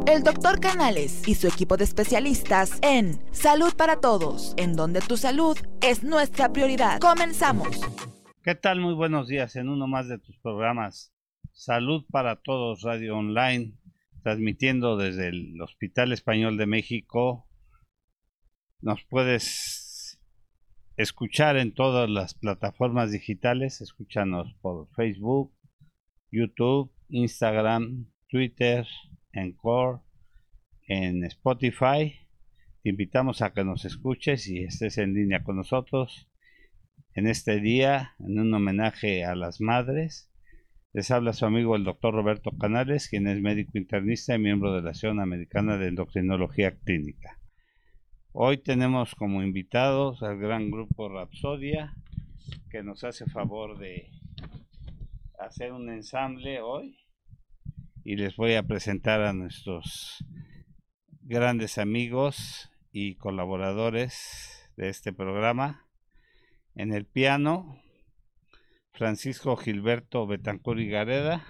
el Dr. Canales y su equipo de especialistas en Salud para Todos, en donde tu salud es nuestra prioridad. Comenzamos. ¿Qué tal? Muy buenos días en uno más de tus programas Salud para Todos Radio Online, transmitiendo desde el Hospital Español de México. Nos puedes escuchar en todas las plataformas digitales. Escúchanos por Facebook, YouTube, Instagram, Twitter, Encore, en Spotify. Te invitamos a que nos escuches y estés en línea con nosotros en este día, en un homenaje a las madres. Les habla su amigo el doctor Roberto Canales, quien es médico internista y miembro de la Asociación Americana de Endocrinología Clínica. Hoy tenemos como invitados al gran grupo Rapsodia, que nos hace favor de hacer un ensamble hoy, y les voy a presentar a nuestros grandes amigos y colaboradores de este programa. En el piano, Francisco Gilberto Betancur y Gareda.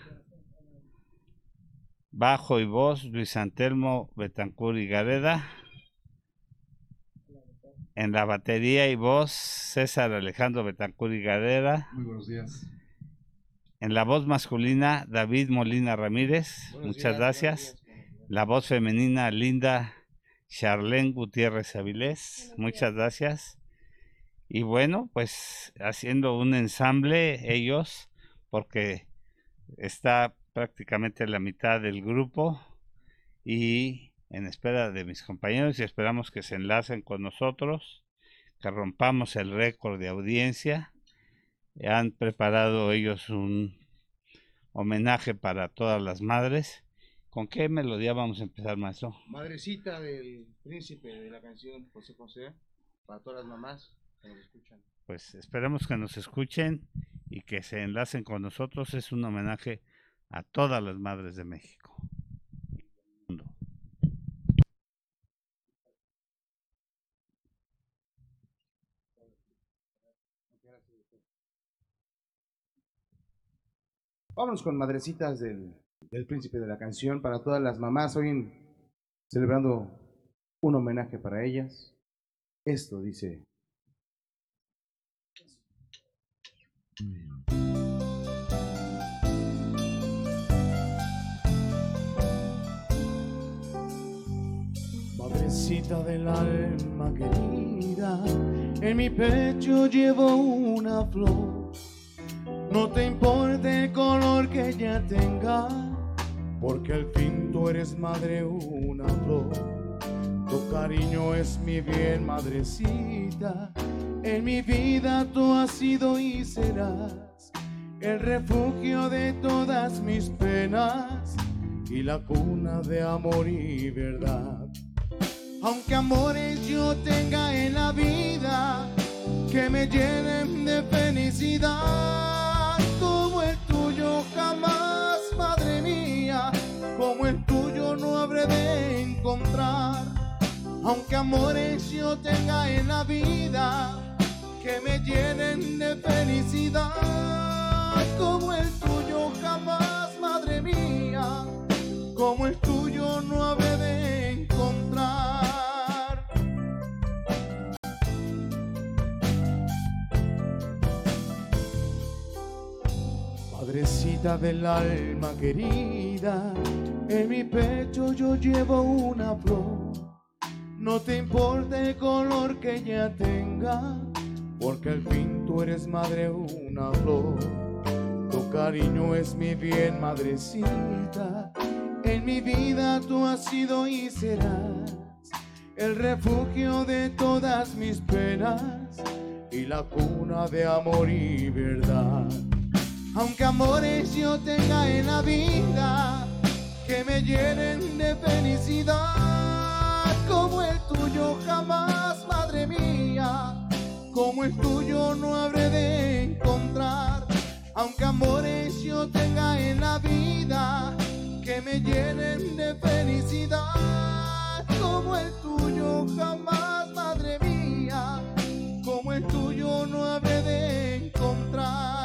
Bajo y voz, Luis Antelmo Betancur y Gareda. En la batería y voz, César Alejandro Betancur y Gareda. Muy buenos días. En la voz masculina, David Molina Ramírez. Muchas gracias. La voz femenina, Linda Charlene Gutiérrez Avilés. Muchas gracias. Y bueno, pues haciendo un ensamble ellos, porque está prácticamente la mitad del grupo, y en espera de mis compañeros, y esperamos que se enlacen con nosotros, que rompamos el récord de audiencia. Han preparado ellos un homenaje para todas las madres. ¿Con qué melodía vamos a empezar, maestro? Madrecita del príncipe de la canción José José, para todas las mamás que nos escuchan. Pues esperemos que nos escuchen y que se enlacen con nosotros. Es un homenaje a todas las madres de México. Vámonos con Madrecitas del príncipe de la canción para todas las mamás. Hoy celebrando un homenaje para ellas. Esto dice: Madrecita del alma querida, en mi pecho llevo una flor. No te importa el color que ella tenga, porque al fin tú eres madre, una flor. Tu cariño es mi bien, madrecita. En mi vida tú has sido y serás el refugio de todas mis penas y la cuna de amor y verdad. Aunque amores yo tenga en la vida que me llenen de felicidad, como el tuyo jamás, madre mía, como el tuyo no habré de encontrar. Aunque amores yo tenga en la vida que me llenen de felicidad, como el tuyo jamás, madre mía, como el tuyo no habré de encontrar. Madrecita del alma querida, en mi pecho yo llevo una flor. No te importa el color que ella tenga, porque al fin tú eres madre, una flor. Tu cariño es mi bien, madrecita. En mi vida tú has sido y serás el refugio de todas mis penas y la cuna de amor y verdad. Aunque amores yo tenga en la vida que me llenen de felicidad, como el tuyo jamás, madre mía, como el tuyo no habré de encontrar. Aunque amores yo tenga en la vida que me llenen de felicidad, como el tuyo jamás, madre mía, como el tuyo no habré de encontrar.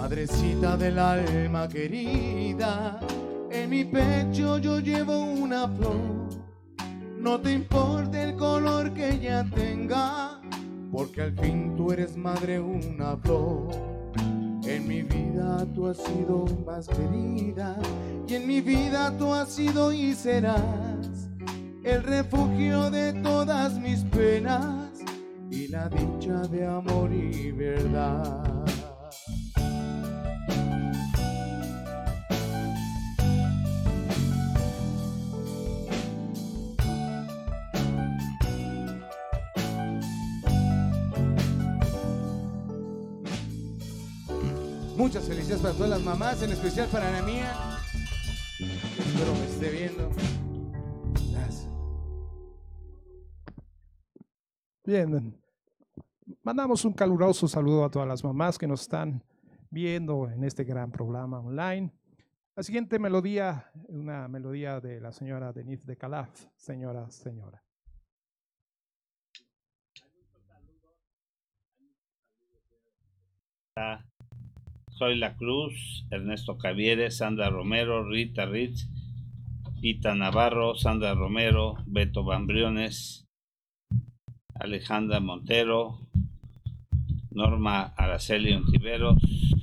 Madrecita del alma querida, en mi pecho yo llevo una flor. No te importa el color que ella tenga, porque al fin tú eres madre, una flor. En mi vida tú has sido más querida, y en mi vida tú has sido y serás el refugio de todas mis penas y la dicha de amor y verdad. Muchas felicidades para todas las mamás, en especial para la mía, que espero me esté viendo. Gracias. Bien, mandamos un caluroso saludo a todas las mamás que nos están viendo en este gran programa online. La siguiente melodía, una melodía de la señora Denise de Calaf, Señora, Señora. Soy La Cruz, Ernesto Cavieres, Sandra Romero, Rita Ritz, Pita Navarro, Sandra Romero, Beto Bambriones, Alejandra Montero, Norma Araceli Ontiveros,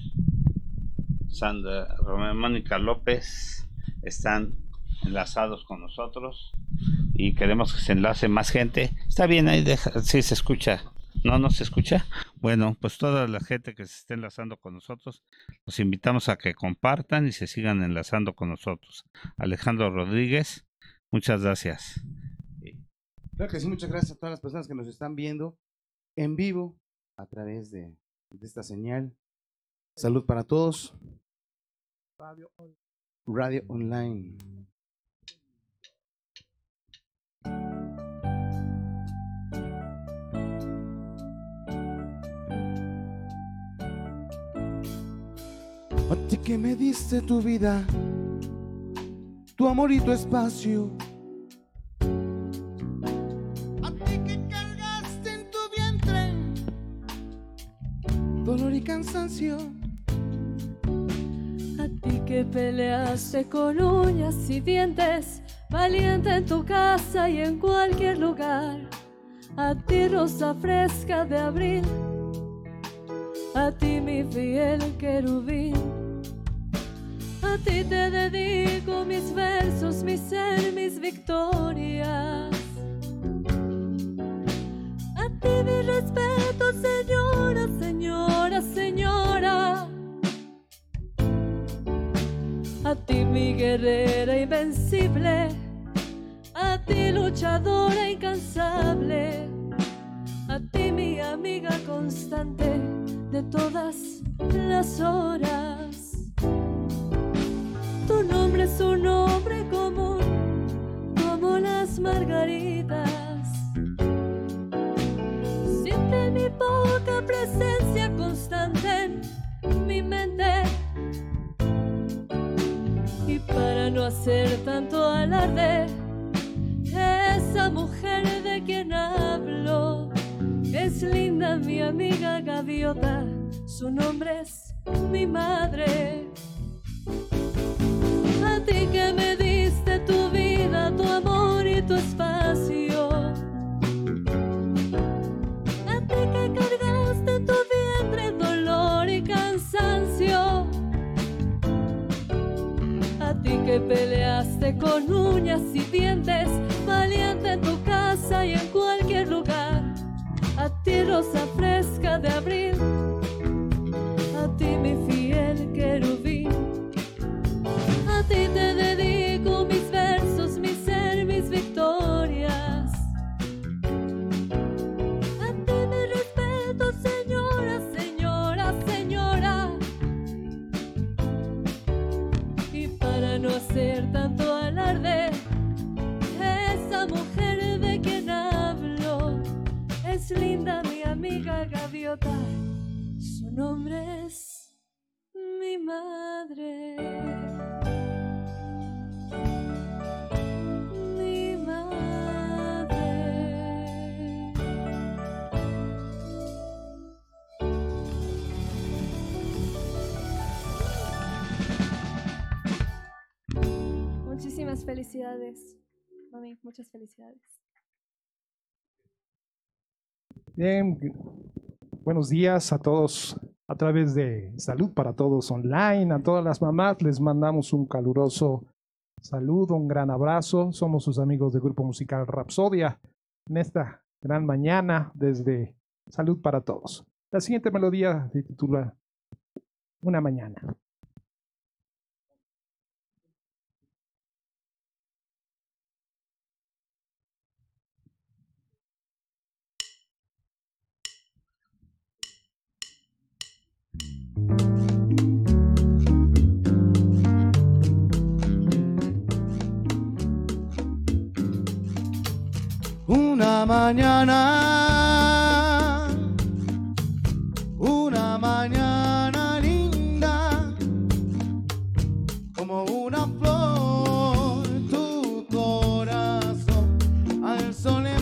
Sandra Romero, Mónica López están enlazados con nosotros y queremos que se enlace más gente. Está bien, ahí deja, sí se escucha. ¿No se escucha? Bueno, pues toda la gente que se esté enlazando con nosotros, los invitamos a que compartan y se sigan enlazando con nosotros. Alejandro Rodríguez, muchas gracias. Claro que sí, muchas gracias a todas las personas que nos están viendo en vivo a través de esta señal. Salud para todos. Radio Online. A ti que me diste tu vida, tu amor y tu espacio. A ti que cargaste en tu vientre dolor y cansancio. A ti que peleaste con uñas y dientes, valiente en tu casa y en cualquier lugar. A ti rosa fresca de abril, a ti mi fiel querubín. A ti te dedico mis versos, mi ser, mis victorias. A ti mi respeto, señora, señora, señora. A ti mi guerrera invencible, a ti luchadora incansable, a ti mi amiga constante de todas las horas. Tu nombre es un nombre común, como las margaritas. Siempre en mi boca, presencia constante en mi mente. Y para no hacer tanto alarde, esa mujer de quien hablo es linda, mi amiga gaviota. Su nombre es mi madre. A ti que me diste tu vida, tu amor y tu espacio. A ti que cargaste en tu vientre dolor y cansancio. A ti que peleaste con uñas y dientes, valiente en tu casa y en cualquier lugar. A ti rosa fresca de abril, a ti mi fiel querubín. A ti te dedico mis versos, mi ser, mis victorias. A ti mi respeto, señora, señora, señora. Y para no hacer tanto alarde, esa mujer de quien hablo es linda, mi amiga gaviota. Su nombre es mi madre. Mi madre. felicidades, mami, muchas felicidades. Bien, buenos días a todos a través de Salud para Todos Online. A todas las mamás les mandamos un caluroso saludo, un gran abrazo. Somos sus amigos del grupo musical Rapsodia en esta gran mañana desde Salud para Todos. La siguiente melodía se titula Una mañana. Una mañana linda, como una flor, tu corazón al sol le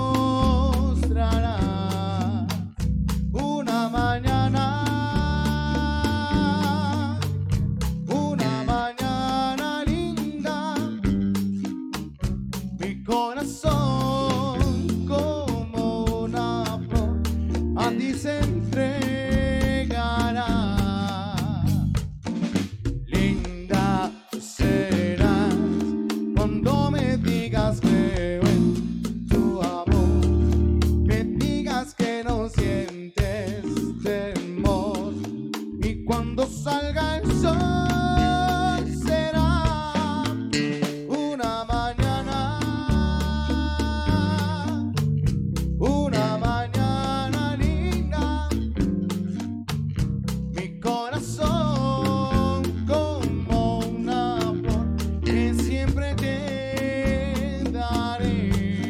mostrará. Una mañana linda, mi corazón como una flor a ti se entregará. Linda serás cuando me digas creo en tu amor, me digas que no sientes temor, y cuando salga el sol será una mañana linda, mi corazón como una flor que siempre te daré.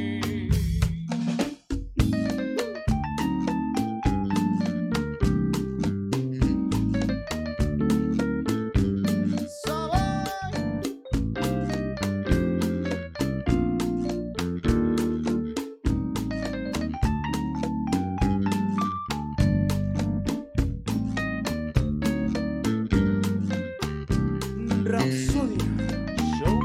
Rapsodia Show.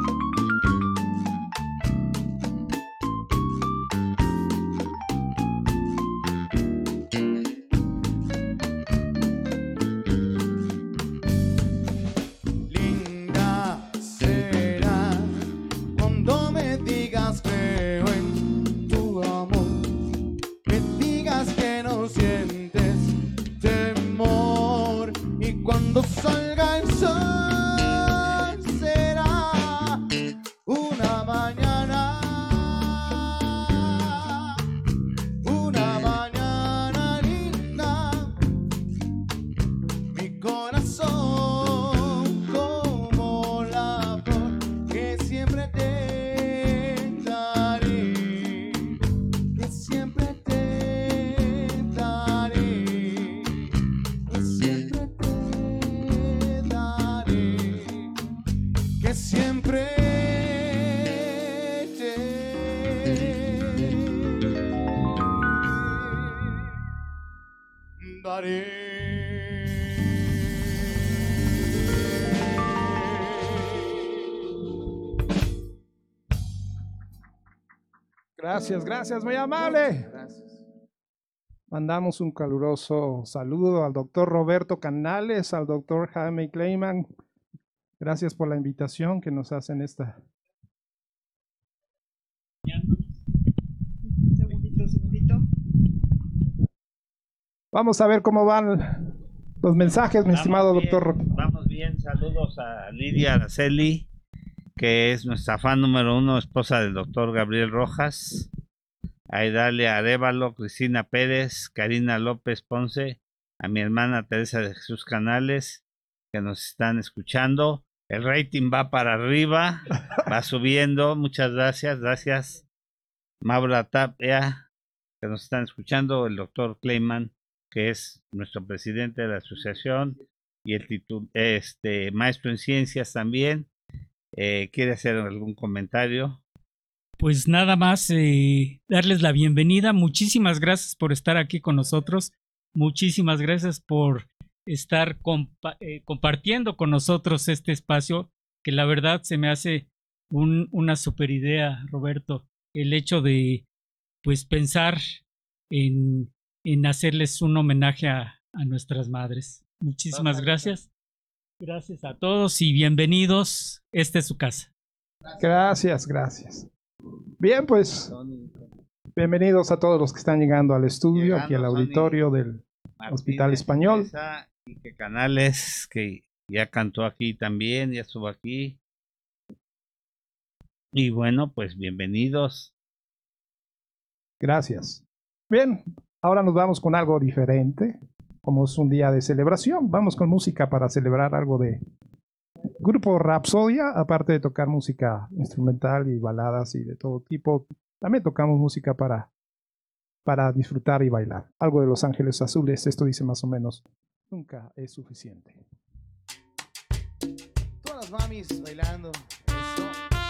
Linda será cuando me digas creo en tu amor, me digas que no sientes temor, y cuando salga el sol será una mañana linda, mi corazón como la flor que siempre te daré, que siempre te daré, que siempre te daré, que siempre te daré. Gracias, muy amable. Gracias. Mandamos un caluroso saludo al doctor Roberto Canales, al doctor Jaime Kleiman. Gracias por la invitación que nos hacen esta. Segundito. Vamos a ver cómo van los mensajes, mi estimado doctor. Vamos bien, saludos a Lidia Araceli, que es nuestra fan número 1, esposa del doctor Gabriel Rojas, a Idalia Arévalo, Cristina Pérez, Karina López Ponce, a mi hermana Teresa de Jesús Canales, que nos están escuchando. El rating va para arriba, va subiendo. Muchas gracias. Maura Tapia, que nos están escuchando, el doctor Kleiman, que es nuestro presidente de la asociación, y el maestro en ciencias también. ¿Quiere hacer algún comentario? Pues nada más darles la bienvenida. Muchísimas gracias por estar aquí con nosotros. Muchísimas gracias por estar compartiendo con nosotros este espacio, que la verdad se me hace una super idea, Roberto, el hecho de pues pensar en hacerles un homenaje a nuestras madres. Muchísimas gracias. Gracias a todos y bienvenidos. Esta es su casa. Gracias. Bien, pues bienvenidos a todos los que están llegando al estudio, aquí al auditorio del Hospital Español. Y que Canales, que ya cantó aquí también, ya estuvo aquí. Y bueno, pues bienvenidos. Gracias. Bien, ahora nos vamos con algo diferente. Como es un día de celebración, vamos con música para celebrar algo de Grupo Rapsodia, aparte de tocar música instrumental y baladas y de todo tipo. También tocamos música para disfrutar y bailar. Algo de Los Ángeles Azules, esto dice más o menos, nunca es suficiente. Todas las mamis bailando. Eso.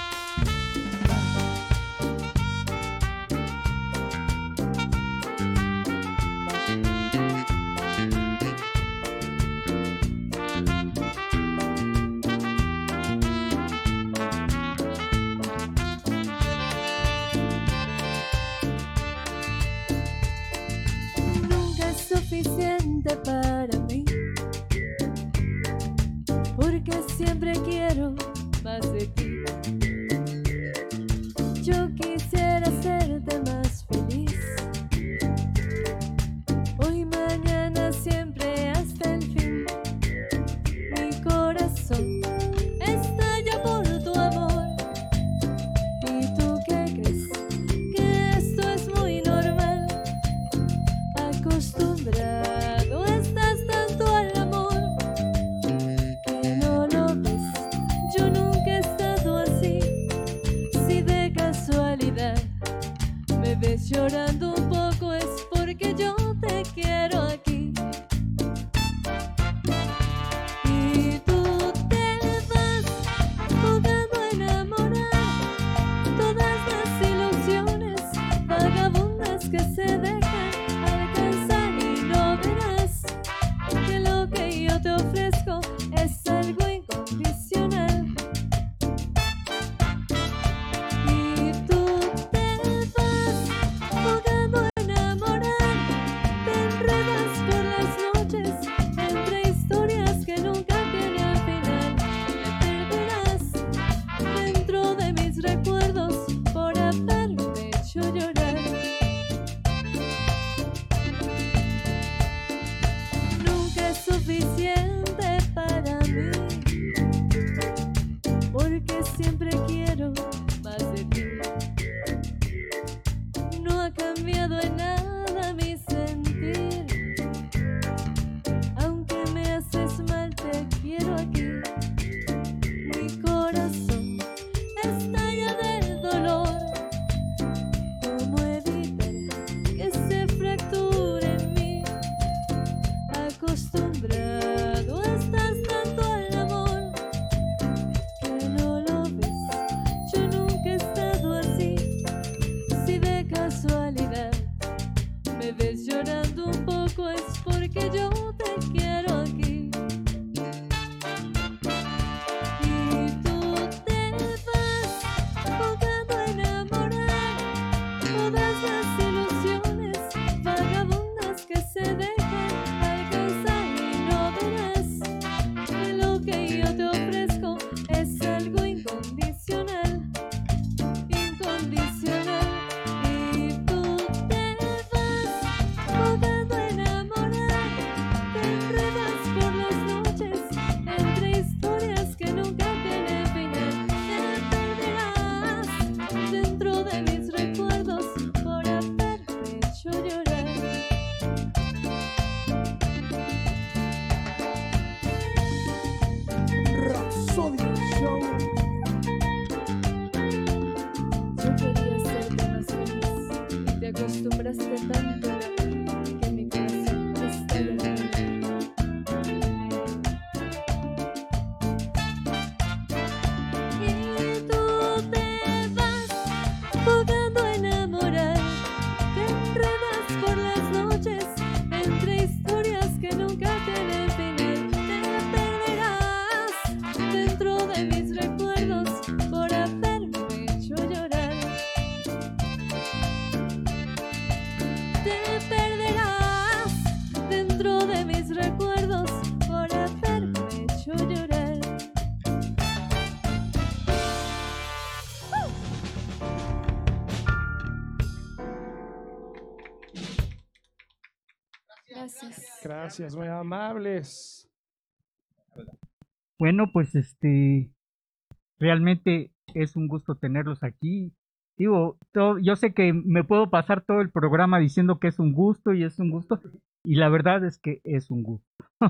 Suficiente para mí, porque siempre quiero más de ti. Yo quisiera hacerte más feliz, hoy, mañana, siempre, hasta el fin. Mi corazón estalla por tu amor. ¿Y tú qué crees? Que esto es muy normal. Acostumbrado estás tanto al amor que no lo ves. Yo nunca he estado así. Si de casualidad me ves llorando un poco, es porque yo te quiero aquí. Y tú te vas jugando a enamorar todas las ilusiones vagabundas que se dejan alcanzar, y no verás que lo que yo te ofrezco es algo incondicional. Y tú te vas jugando a enamorar, te enredas por las noches entre historias que nunca tienen final. Te perderás dentro de mis recuerdos por haberme hecho llorar. Nunca es suficiente para mí, porque siempre quiero más de ti. No ha cambiado en nada mi sentir, aunque me haces mal, te quiero aquí. Mi corazón estalla del dolor. ¿Cómo evitar que se fracture en mí? Acostumbrado estás tanto al amor que no lo ves. Yo nunca he estado así. Si de casualidad me ves llorando un poco, es porque yo te quiero aquí. Y tú te vas jugando a enamorar todas las ilusiones vagabundas que se dejan alcanzar, y no Gracias, muy amables. Bueno, pues realmente es un gusto tenerlos aquí. Digo, yo sé que me puedo pasar todo el programa diciendo que es un gusto y es un gusto, y la verdad es que es un gusto.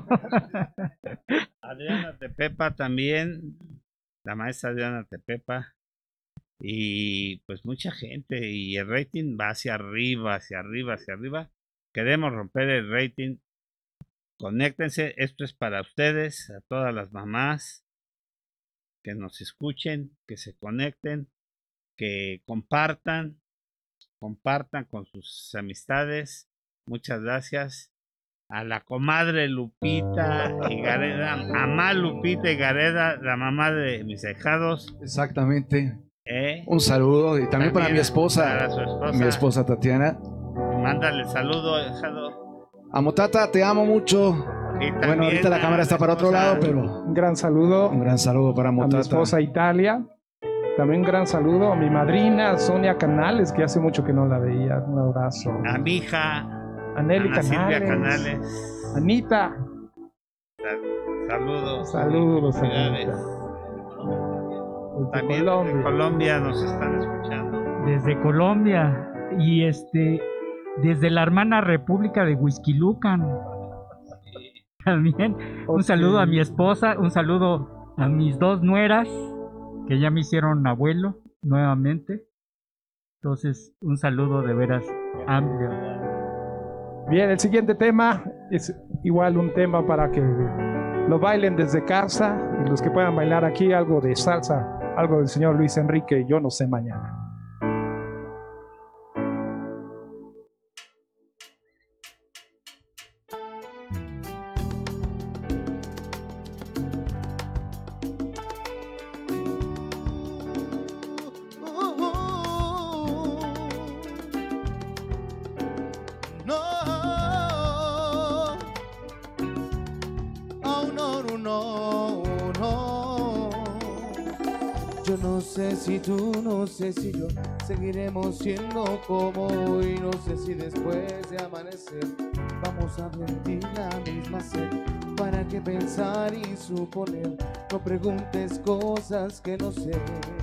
Adriana Tepepa también, la maestra Adriana Tepepa, y pues mucha gente, y el rating va hacia arriba, hacia arriba, hacia arriba. Queremos romper el rating. Conéctense, esto es para ustedes, a todas las mamás que nos escuchen, que se conecten, que compartan con sus amistades. Muchas gracias a la comadre Lupita Higareda, mamá Lupita Higareda, la mamá de mis ahijados. Exactamente. Un saludo y también para mi esposa, para su esposa, mi esposa Tatiana. Mándale saludo, ahijado. Amo, Tata, te amo mucho. Bueno, ahorita la cámara está para otro lado, pero un gran saludo para a mi esposa Italia. También un gran saludo a mi madrina Sonia Canales, que hace mucho que no la veía. Un abrazo. A mi hija Aneli Ana Silvia Canales. Anita. Saludos. Saludos. También desde Colombia nos están escuchando. Desde Colombia y desde la hermana República de Huixquilucan. También un saludo a mi esposa, un saludo a mis dos nueras que ya me hicieron abuelo nuevamente. Entonces, un saludo de veras amplio. Bien, el siguiente tema es igual un tema para que lo bailen desde casa y los que puedan bailar aquí algo de salsa, algo del señor Luis Enrique, Yo no sé mañana. Yo no sé si tú, no sé si yo seguiremos siendo como hoy. No sé si después de amanecer vamos a sentir la misma sed. ¿Para qué pensar y suponer? No preguntes cosas que no sé.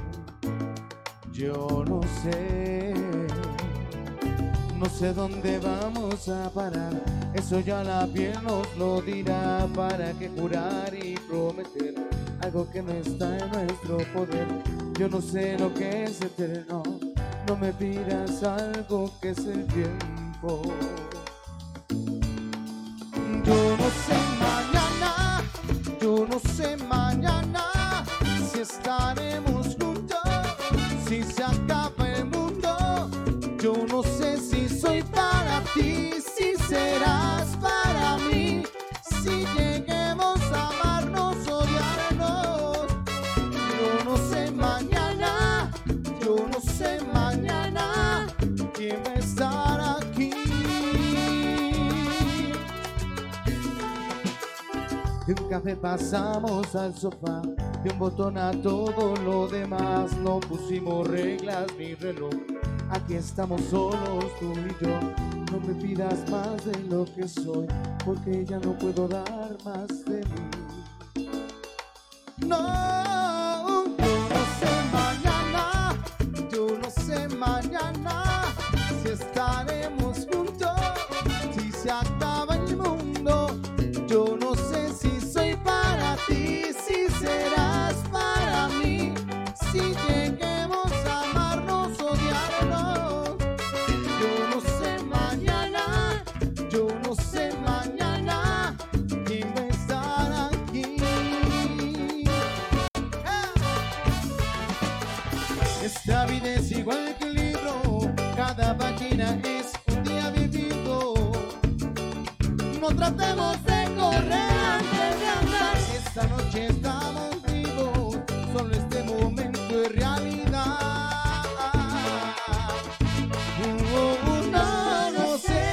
Yo no sé. No sé dónde vamos a parar. Eso ya la piel nos lo dirá. ¿Para qué jurar y prometer algo que no está en nuestro poder? Yo no sé lo que es eterno. No me pidas algo que es el tiempo. Yo no sé mañana. Yo no sé mañana si estaremos juntos, si se acaba el mundo. Yo no sé si soy para ti, si serás para mí, si lleguemos a amarnos, odiarnos. Yo no sé mañana, yo no sé mañana quién va a estar aquí. De un café pasamos al sofá, de un botón a todo lo demás. No pusimos reglas ni reloj, aquí estamos solos tú y yo. No me pidas más de lo que soy, porque ya no puedo dar más de mí. No, yo no sé mañana, yo no sé mañana si estaremos juntos, si se acaba el mundo. Yo no sé si soy para ti, si serás para mí, si lleguemos a amarnos, odiarnos. Yo no sé mañana, yo no sé mañana quién va a estar aquí. Esta vida es igual que un libro, cada página es un día vivido. No tratemos de correr antes de andar. Esta noche estamos vivos, solo este momento es realidad. No sé.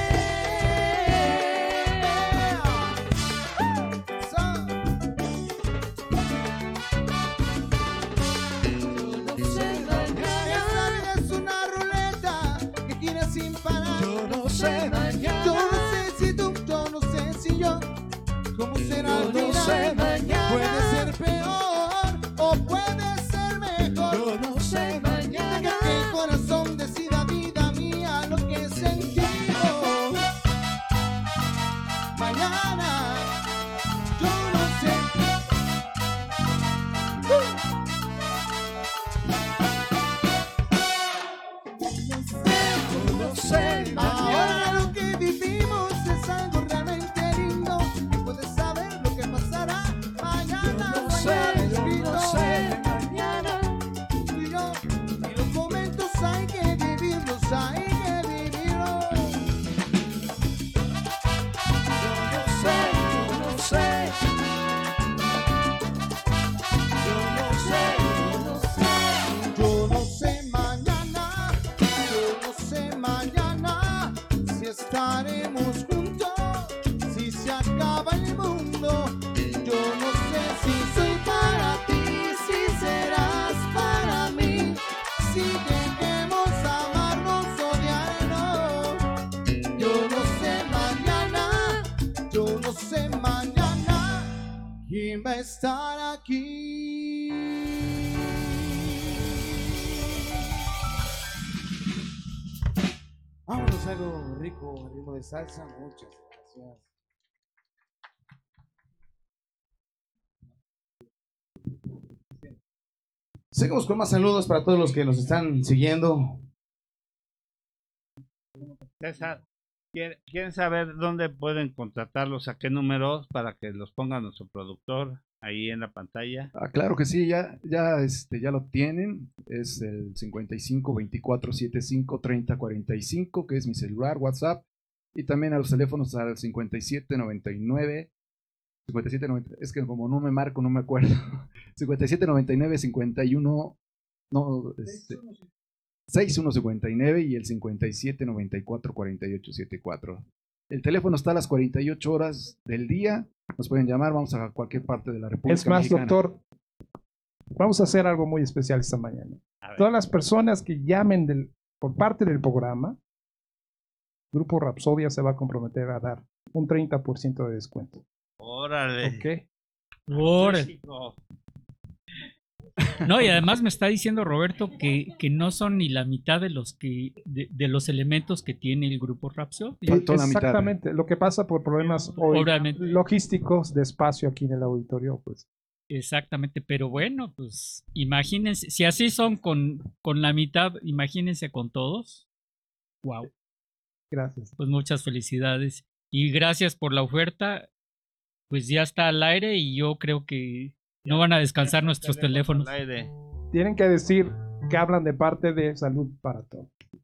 Esta vida es una ruleta que gira sin parar. Yo no sé mañana. Yo no sé si tú, yo no sé si yo. ¿Cómo será el Yo no sé mañana. Puede ser peor o puede ser mejor. Yo no sé mañana. Deja que el corazón decida, vida mía, lo que he sentido. Mañana, yo no sé. Yo no sé mañana. Ahora lo que vivimos es algo realmente lindo. Puedes saber lo que pasará mañana. Yo no sé, yo no sé mañana. Tú y yo, y los momentos hay que vivirlos, hay que vivirlos. Yo no sé, yo no sé. Yo no sé mañana, yo no sé mañana si estaremos juntos, si se acaba el mundo. Yo no sé si soy para ti, si serás para mí, si dejemos amarnos, odiarnos. Yo no sé mañana, yo no sé mañana quién va a estar aquí. Vámonos a algo rico, a ritmo de salsa. Muchas gracias. Seguimos con más saludos para todos los que nos están siguiendo. César, ¿quieren saber dónde pueden contratarlos? ¿A qué números? Para que los ponga nuestro productor ahí en la pantalla. Claro que sí, ya lo tienen. Es el 55 24 75 30 45, que es mi celular, WhatsApp. Y también a los teléfonos al 57 99. Es que como no me marco, no me acuerdo. 57 99 51. No, 6159 y el 57 94 48 74. El teléfono está a las 48 horas del día. Nos pueden llamar, vamos a cualquier parte de la República Es más, Mexicana. doctor, vamos a hacer algo muy especial esta mañana. Todas las personas que llamen por parte del programa, Grupo Rapsodia se va a comprometer a dar un 30% de descuento. Órale. ¿Ok? Órale. No, y además me está diciendo Roberto que no son ni la mitad de los elementos que tiene el grupo Rapsodia. Faltó la mitad. Exactamente. Lo que pasa por problemas hoy Obviamente. logísticos de espacio aquí en el auditorio, pues. Exactamente, pero bueno, pues imagínense, si así son con la mitad, imagínense con todos. Wow. Gracias. Pues muchas felicidades y gracias por la oferta. Pues ya está al aire y yo creo que no van a descansar nuestros teléfonos. Al aire. Tienen que decir que hablan de parte de Salud para Todos.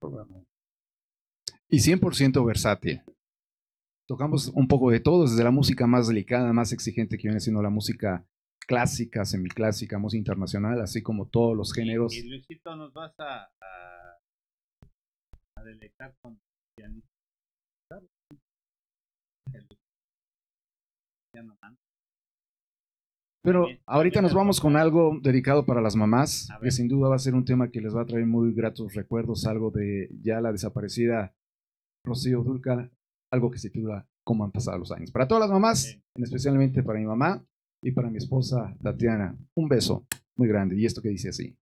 Y 100% versátil. Tocamos un poco de todo, desde la música más delicada, más exigente, que viene siendo la música clásica, semiclásica, música internacional, así como todos los géneros. Y Luisito, nos vas a deleitar con pianista. Pero ahorita nos vamos con algo dedicado para las mamás, A ver. que sin duda va a ser un tema que les va a traer muy gratos recuerdos, algo de ya la desaparecida Rocío Dúrcal, algo que se titula Cómo han pasado los años. Para todas las mamás, Sí. especialmente para mi mamá y para mi esposa Tatiana, un beso muy grande. Y esto que dice así.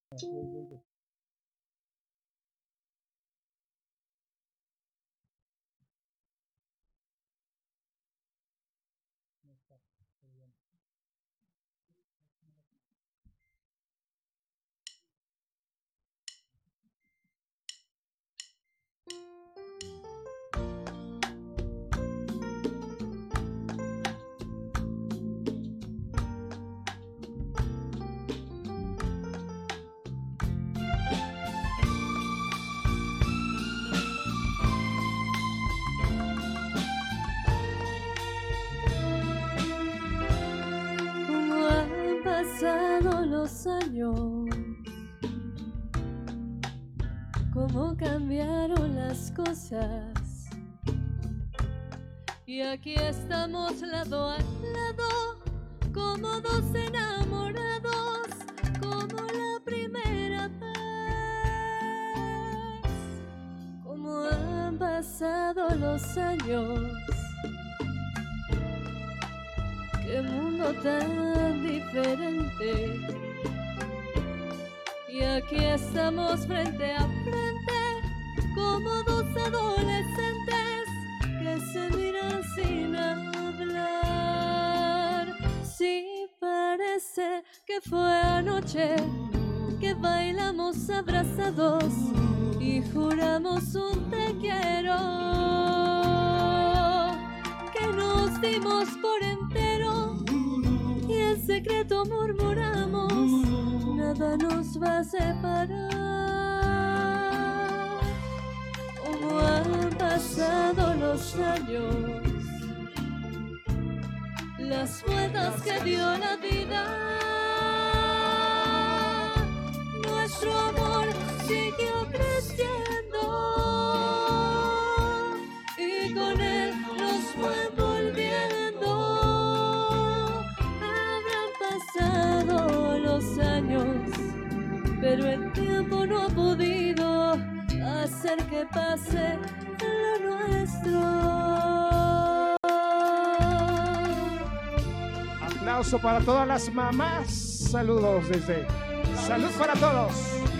Cómo han pasado los años, cómo cambiaron las cosas. Y aquí estamos lado a lado, como dos enamorados, como la primera vez. Cómo han pasado los años, qué mundo tan diferente. Y aquí estamos frente a frente, como dos adolescentes que se miran sin hablar. Sí, parece que fue anoche que bailamos abrazados y juramos un te quiero, que nos dimos por entero y en secreto murmuramos, nada nos va a separar. Como han pasado los años, las vueltas que dio la vida, nuestro amor siguió creciendo y con él nos fue volviendo. Habrán pasado los años, pero el tiempo no ha podido hacer que pase lo nuestro. Aplauso para todas las mamás. Saludos desde Salud para Todos.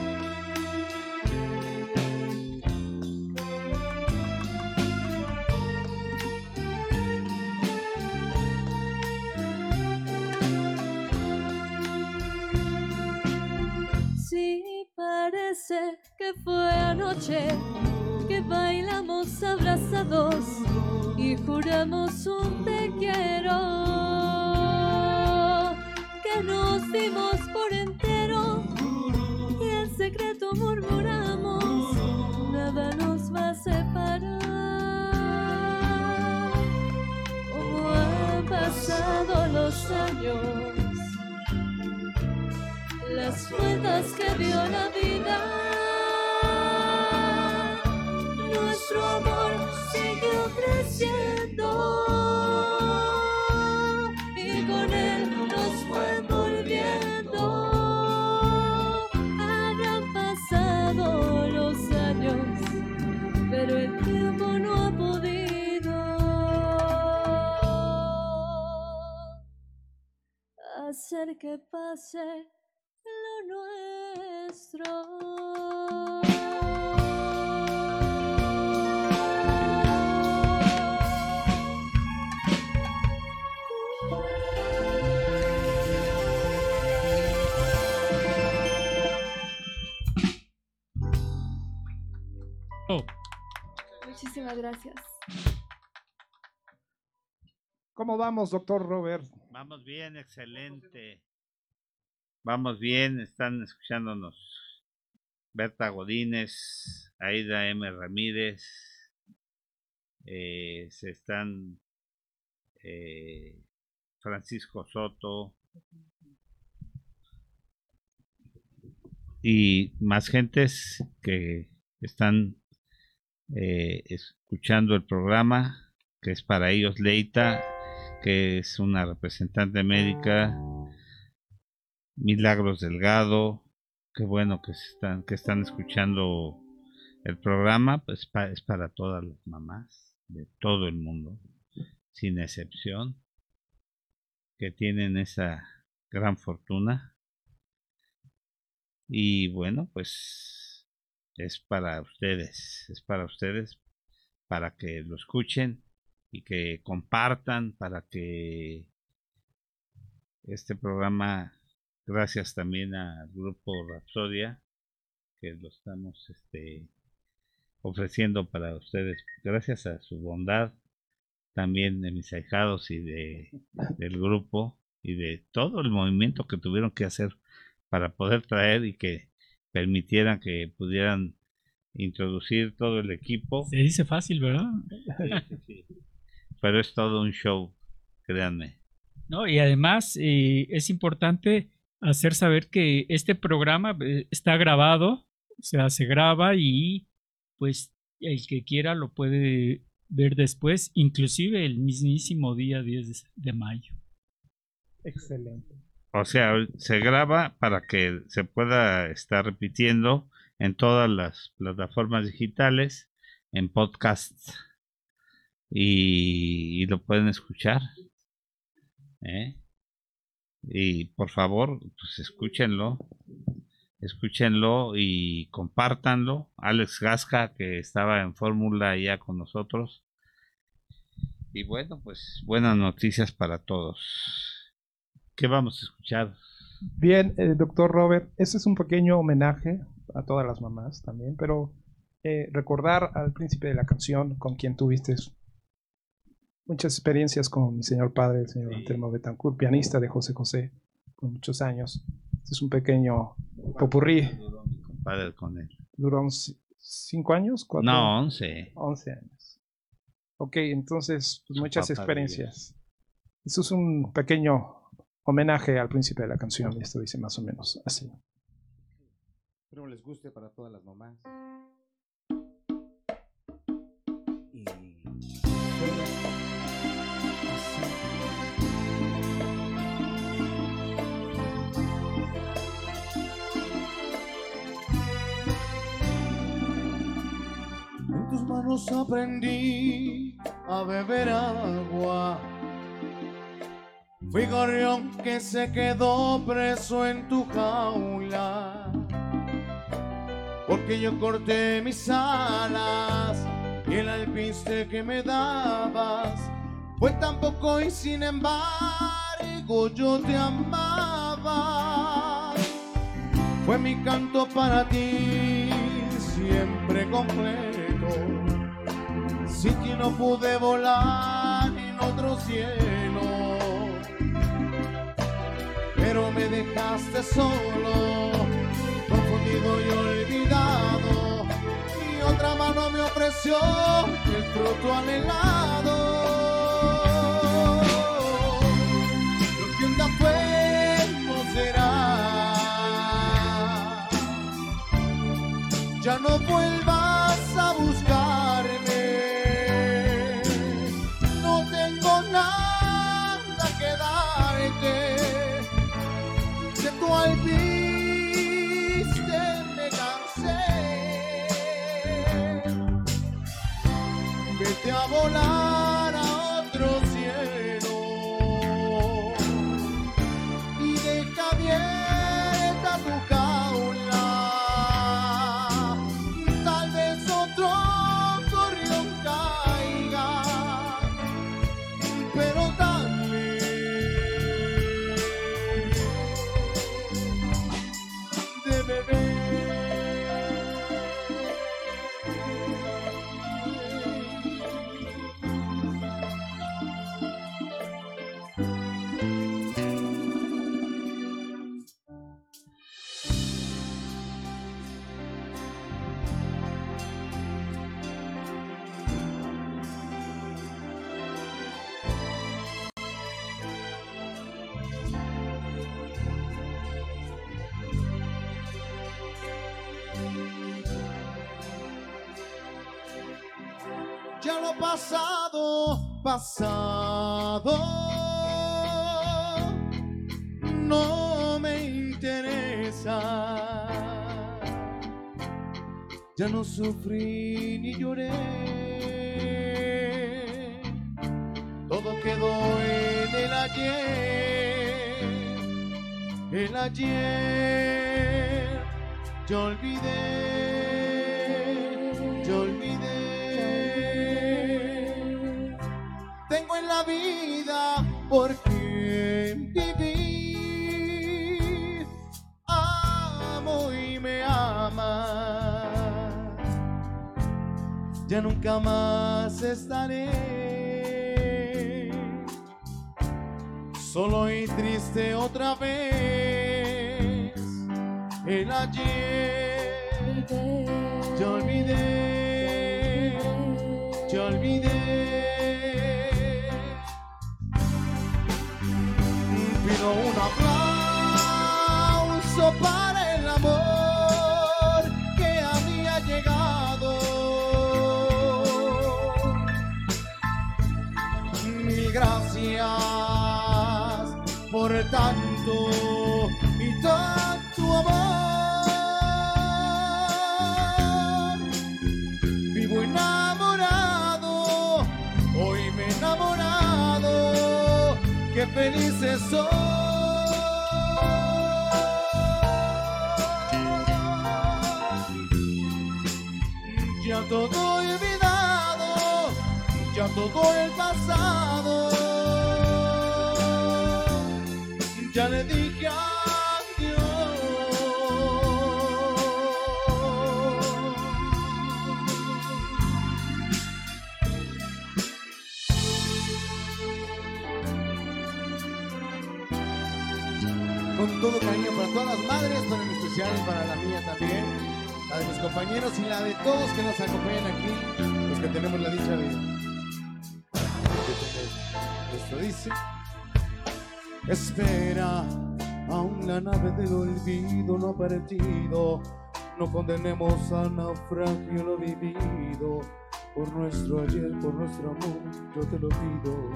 Sí, parece que fue anoche que bailamos abrazados y juramos un te quiero, que nos dimos por entero y en secreto murmuramos, nada nos va a separar. Como han pasado los años, las vueltas que dio la vida, nuestro amor siguió creciendo y con él nos fue volviendo. Habrán pasado los años, pero el tiempo no ha podido hacer que pase lo nuestro. Oh, Muchísimas gracias. ¿Cómo vamos, doctor Robert? Vamos bien, excelente. Vamos bien, están escuchándonos Berta Godínez, Aida M. Ramírez, se están Francisco Soto y más gentes que están escuchando el programa, que es para ellos Leita, que es una representante médica, Milagros Delgado, qué bueno que están escuchando el programa, pues es para todas las mamás de todo el mundo, sin excepción, que tienen esa gran fortuna. Y bueno, pues es para ustedes, para que lo escuchen y que compartan, para que este programa, gracias también al grupo Rapsodia, que lo estamos ofreciendo para ustedes, gracias a su bondad, también de mis ahijados y del grupo y de todo el movimiento que tuvieron que hacer para poder traer y que permitieran que pudieran introducir todo el equipo. se dice fácil, ¿verdad? Sí. Pero es todo un show, créanme. No, y además es importante hacer saber que este programa está grabado, o sea, se graba y pues el que quiera lo puede ver después, inclusive el mismísimo día 10 de mayo. Excelente. O sea, se graba para que se pueda estar repitiendo en todas las plataformas digitales, en podcasts, y lo pueden escuchar. Y por favor, pues escúchenlo y compártanlo. Alex Gasca, que estaba en Fórmula ya con nosotros. Y bueno, pues buenas noticias para todos. ¿Qué vamos a escuchar? Bien, doctor Robert, este es un pequeño homenaje a todas las mamás también, pero recordar al príncipe de la canción con quien tuviste muchas experiencias con mi señor padre, el señor Antelmo Betancourt, pianista de José José por muchos años. Este es un pequeño popurrí. Duró mi compadre con él. ¿Duró 5 años? 4? No, 11. 11 años. Ok, entonces, pues, muchas papá experiencias. Esto es un pequeño homenaje al príncipe de la canción, y esto dice más o menos así. Espero les guste para todas las mamás. Y suena así. En tus manos aprendí a beber agua. Fui gorrión que se quedó preso en tu jaula, porque yo corté mis alas y el alpiste que me dabas fue tan poco y sin embargo yo te amaba. Fue mi canto para ti siempre completo, sin ti no pude volar en otro cielo. Pero me dejaste solo, confundido y olvidado, y otra mano me ofreció el fruto anhelado. Lo que un día fue no será, ya no vuelvas a buscarme, no tengo nada que darte. Tu alpiste me cansé, vete a volar a otro cielo y deja abierta tu jaula, tal vez otro gorrión caiga, pero dale. Ya lo pasado, pasado, no me interesa. Ya no sufrí ni lloré, todo quedó en el ayer. El ayer, yo olvidé, yo olvidé. Tengo en la vida por quien vivir, amo y me ama. Ya nunca más estaré solo y triste otra vez. El ayer, yo olvidé, yo olvidé. Pido un aplauso para el amor que a mí ha llegado. Mil gracias por tanto y tanto amor. Vivo enamorado, hoy me he enamorado. qué felices son. Ya todo olvidado, ya todo el pasado. Ya le dije adiós. Con todo cariño para todas las madres, pero en especial para la mía también, la de mis compañeros y la de todos que nos acompañan aquí, los que tenemos la dicha de tener. Esto dice: espera, aún la nave del olvido no ha partido, no condenemos al naufragio lo vivido, por nuestro ayer, por nuestro amor, yo te lo pido.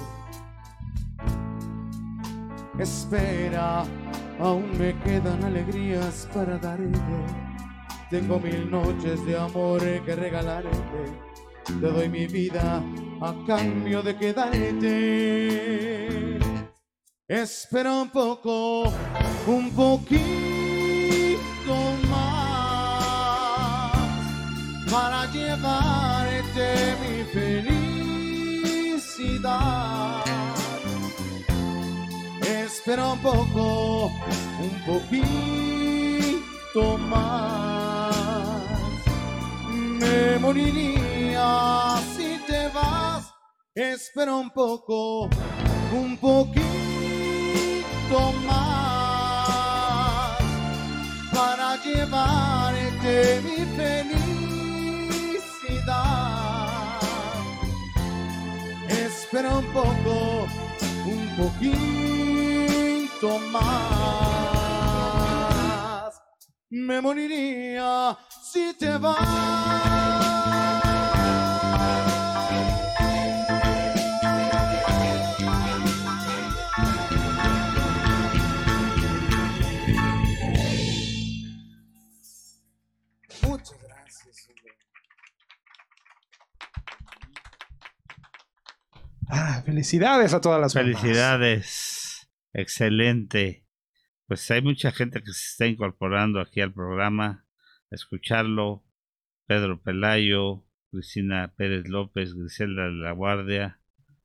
Espera, aún me quedan alegrías para darte, tengo 1000 noches de amor que regalarte, te doy mi vida a cambio de quedarte. Espera un poco, un poquito más, para llevarte mi felicidad. Espera un poco, un poquito más. Me moriría si te vas. Espera un poco, un poquito más, para llevarte mi felicidad. Espera un poco, un poquito más. Me moriría si te vas. Muchas gracias, hombre. Felicidades a todas las mamás. Felicidades, excelente. Pues hay mucha gente que se está incorporando aquí al programa, a escucharlo. Pedro Pelayo, Cristina Pérez López, Griselda de la Guardia.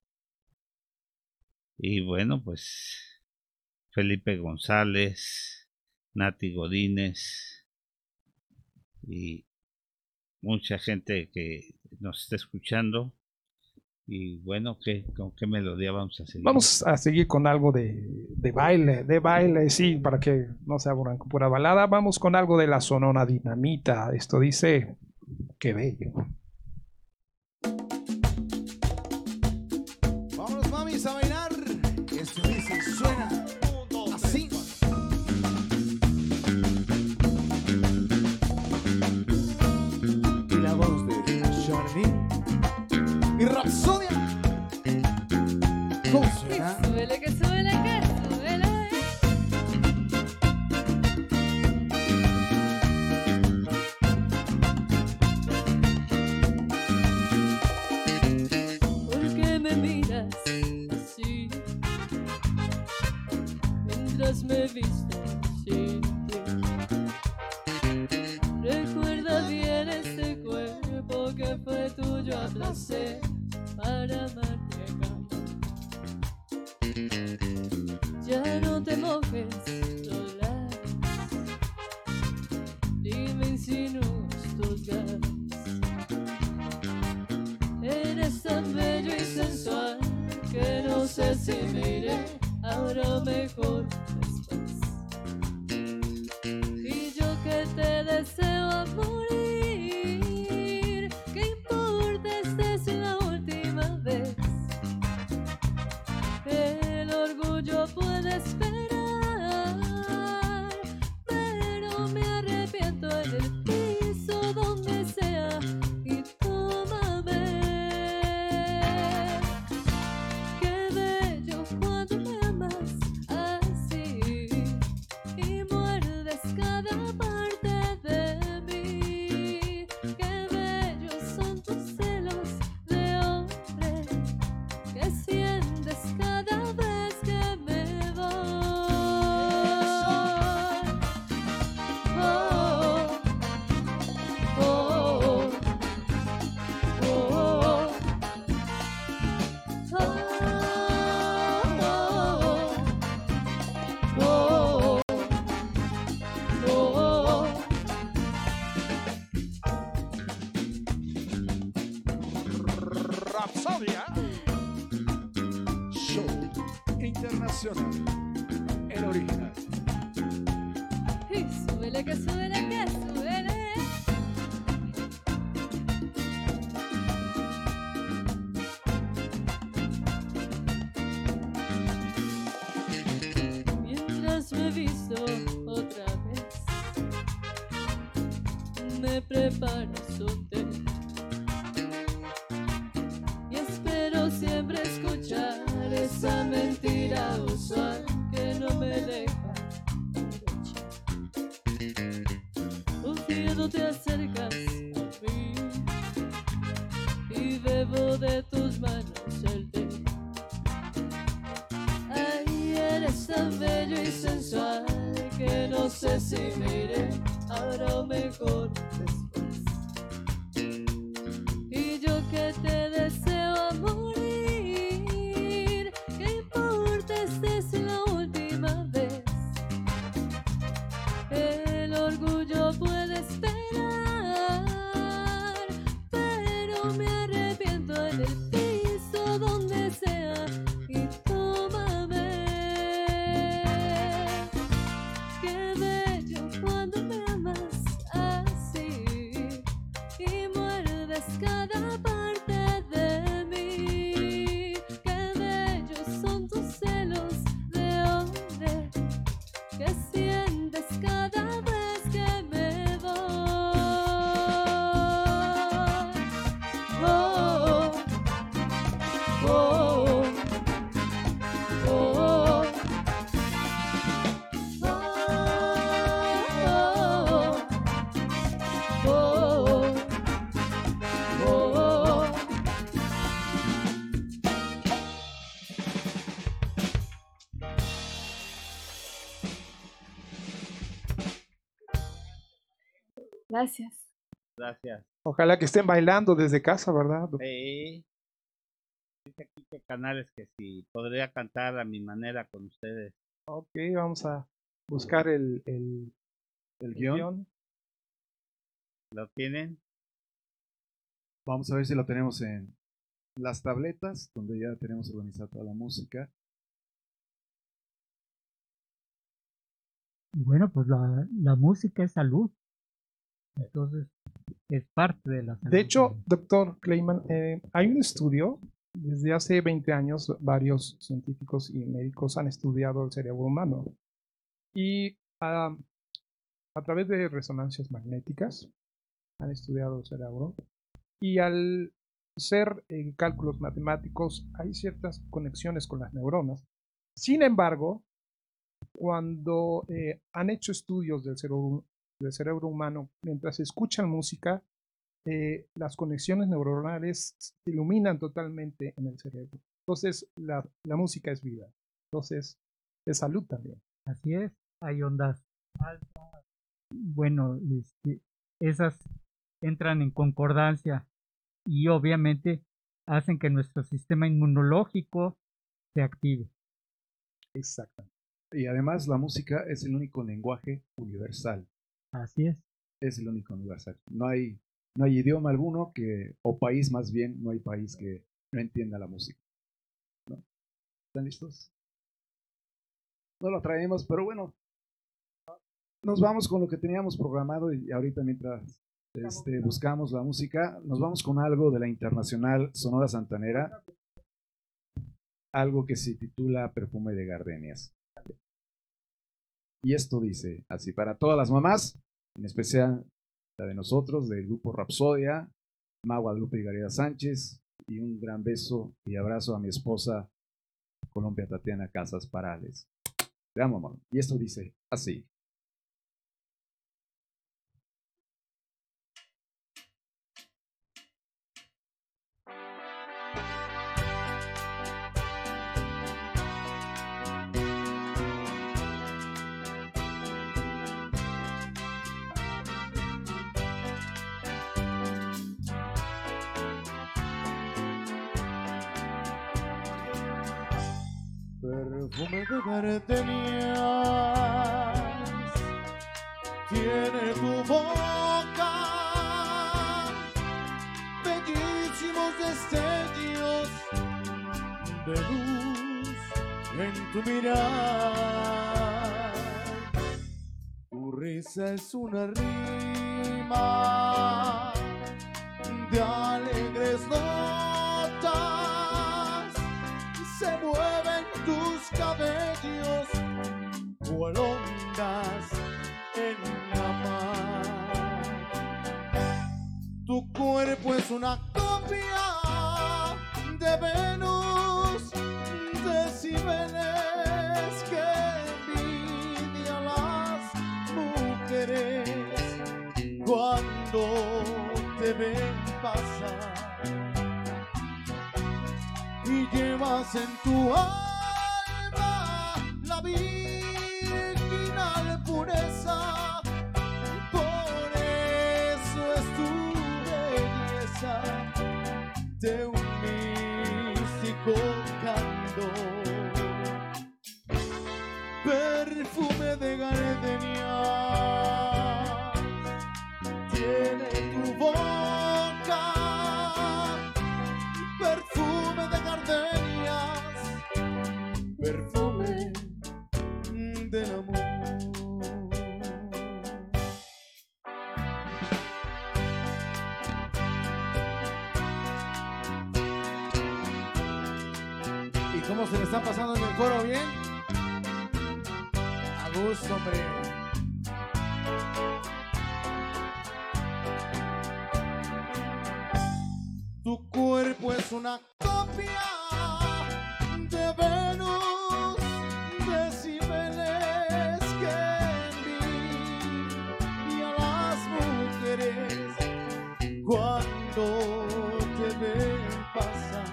Y bueno, pues Felipe González, Nati Godínez y mucha gente que nos está escuchando. Y bueno, ¿con qué melodía vamos a seguir? Vamos a seguir con algo de baile, sí, para que no se aburran con pura balada. Vamos con algo de la Sonora Dinamita. Esto dice: qué bello. Vámonos, mamis, a bailar. Esto dice y suena así. Y la voz de Charlene y Rapsodia. ¿Cómo suena? Que suele, que suele, que suele. ¿Por qué me miras así? Mientras me vistes sin ti. Recuerda bien ese cuerpo que fue tuyo a placer para amarte acá. Ya no te mojes los labios, ni me insinúes tus ganas. Eres tan bello y sensual que no sé si me iré ahora mejor después. Y yo que te deseo a morir, ¿qué importa esta es la última vez? El orgullo puede esperar, pero me arrepiento en el piso donde sea. Y tómame. Qué bello cuando me amas así. original. Y súbele que súbele que súbele. Mientras me visto otra vez, me preparas un té y espero siempre escuchar esa mentira usual que no me deja aprovechar. Un día no te acercas a mí y bebo de tus manos el té. Ay, eres tan bello y sensual que no sé si me iré ahora o mejor después. Y yo que te deseo a morir, ¿qué importa? Esta es la última vez. El orgullo puede esperar, pero me arrepiento en el piso donde sea. Y tómame. Qué bello cuando me amas así y muerdes cada parte de mí. Qué bellos son tus celos de hombre que sientes cada vez que me voy. Oh, oh, oh, oh, oh, oh, oh. Gracias. Gracias. Ojalá que estén bailando desde casa, ¿verdad? Sí. Dice aquí que Canales que si podría cantar a mi manera con ustedes. Ok, vamos a buscar el El guión. guión. ¿Lo tienen? Vamos a ver si lo tenemos en las tabletas, donde ya tenemos organizada toda la música. Bueno, pues la música es salud. Entonces, es parte de la salud. De hecho, doctor Kleiman, hay un estudio, desde hace 20 años, varios científicos y médicos han estudiado el cerebro humano. Y a través de resonancias magnéticas han estudiado el cerebro. Y al hacer cálculos matemáticos, hay ciertas conexiones con las neuronas. Sin embargo, cuando han hecho estudios del cerebro humano, mientras escuchan música, las conexiones neuronales se iluminan totalmente en el cerebro. Entonces, la música es vida. Entonces, es salud también. Así es, hay ondas altas. Bueno, esas entran en concordancia y obviamente hacen que nuestro sistema inmunológico se active. Exactamente. Y además la música es el único lenguaje universal. Así es. Es el único universal. No hay idioma alguno o país más bien, no hay país que no entienda la música. ¿No? ¿Están listos? No lo traemos, pero bueno, nos vamos con lo que teníamos programado y ahorita mientras buscamos la música, nos vamos con algo de la Internacional Sonora Santanera, algo que se titula Perfume de Gardenias. Y esto dice así, para todas las mamás, en especial la de nosotros, del grupo Rapsodia, Ma Guadalupe y Gareda Sánchez, y un gran beso y abrazo a mi esposa Colombia Tatiana Casas Parales. Te amo, mamá. Y esto dice así. Perfume de gardenias tiene tu boca, bellísimos destellos de luz en tu mirar. Esa es una rima de alegres notas. Se mueven tus cabellos cual ondas en la mar. Tu cuerpo es una copia de Venus, decibeles que envidia a las mujeres cuando te ven pasar. Y llevas en tu alma la virginal pureza, por eso es tu belleza de un místico canto, perfume de gardenia tiene tu boca, perfume de gardenias, perfume del amor. ¿Y cómo se le está pasando en el coro? ¿Bien? A gusto, hombre. Tu cuerpo es una copia de Venus, decibeles que envidia a las mujeres cuando te ven pasar.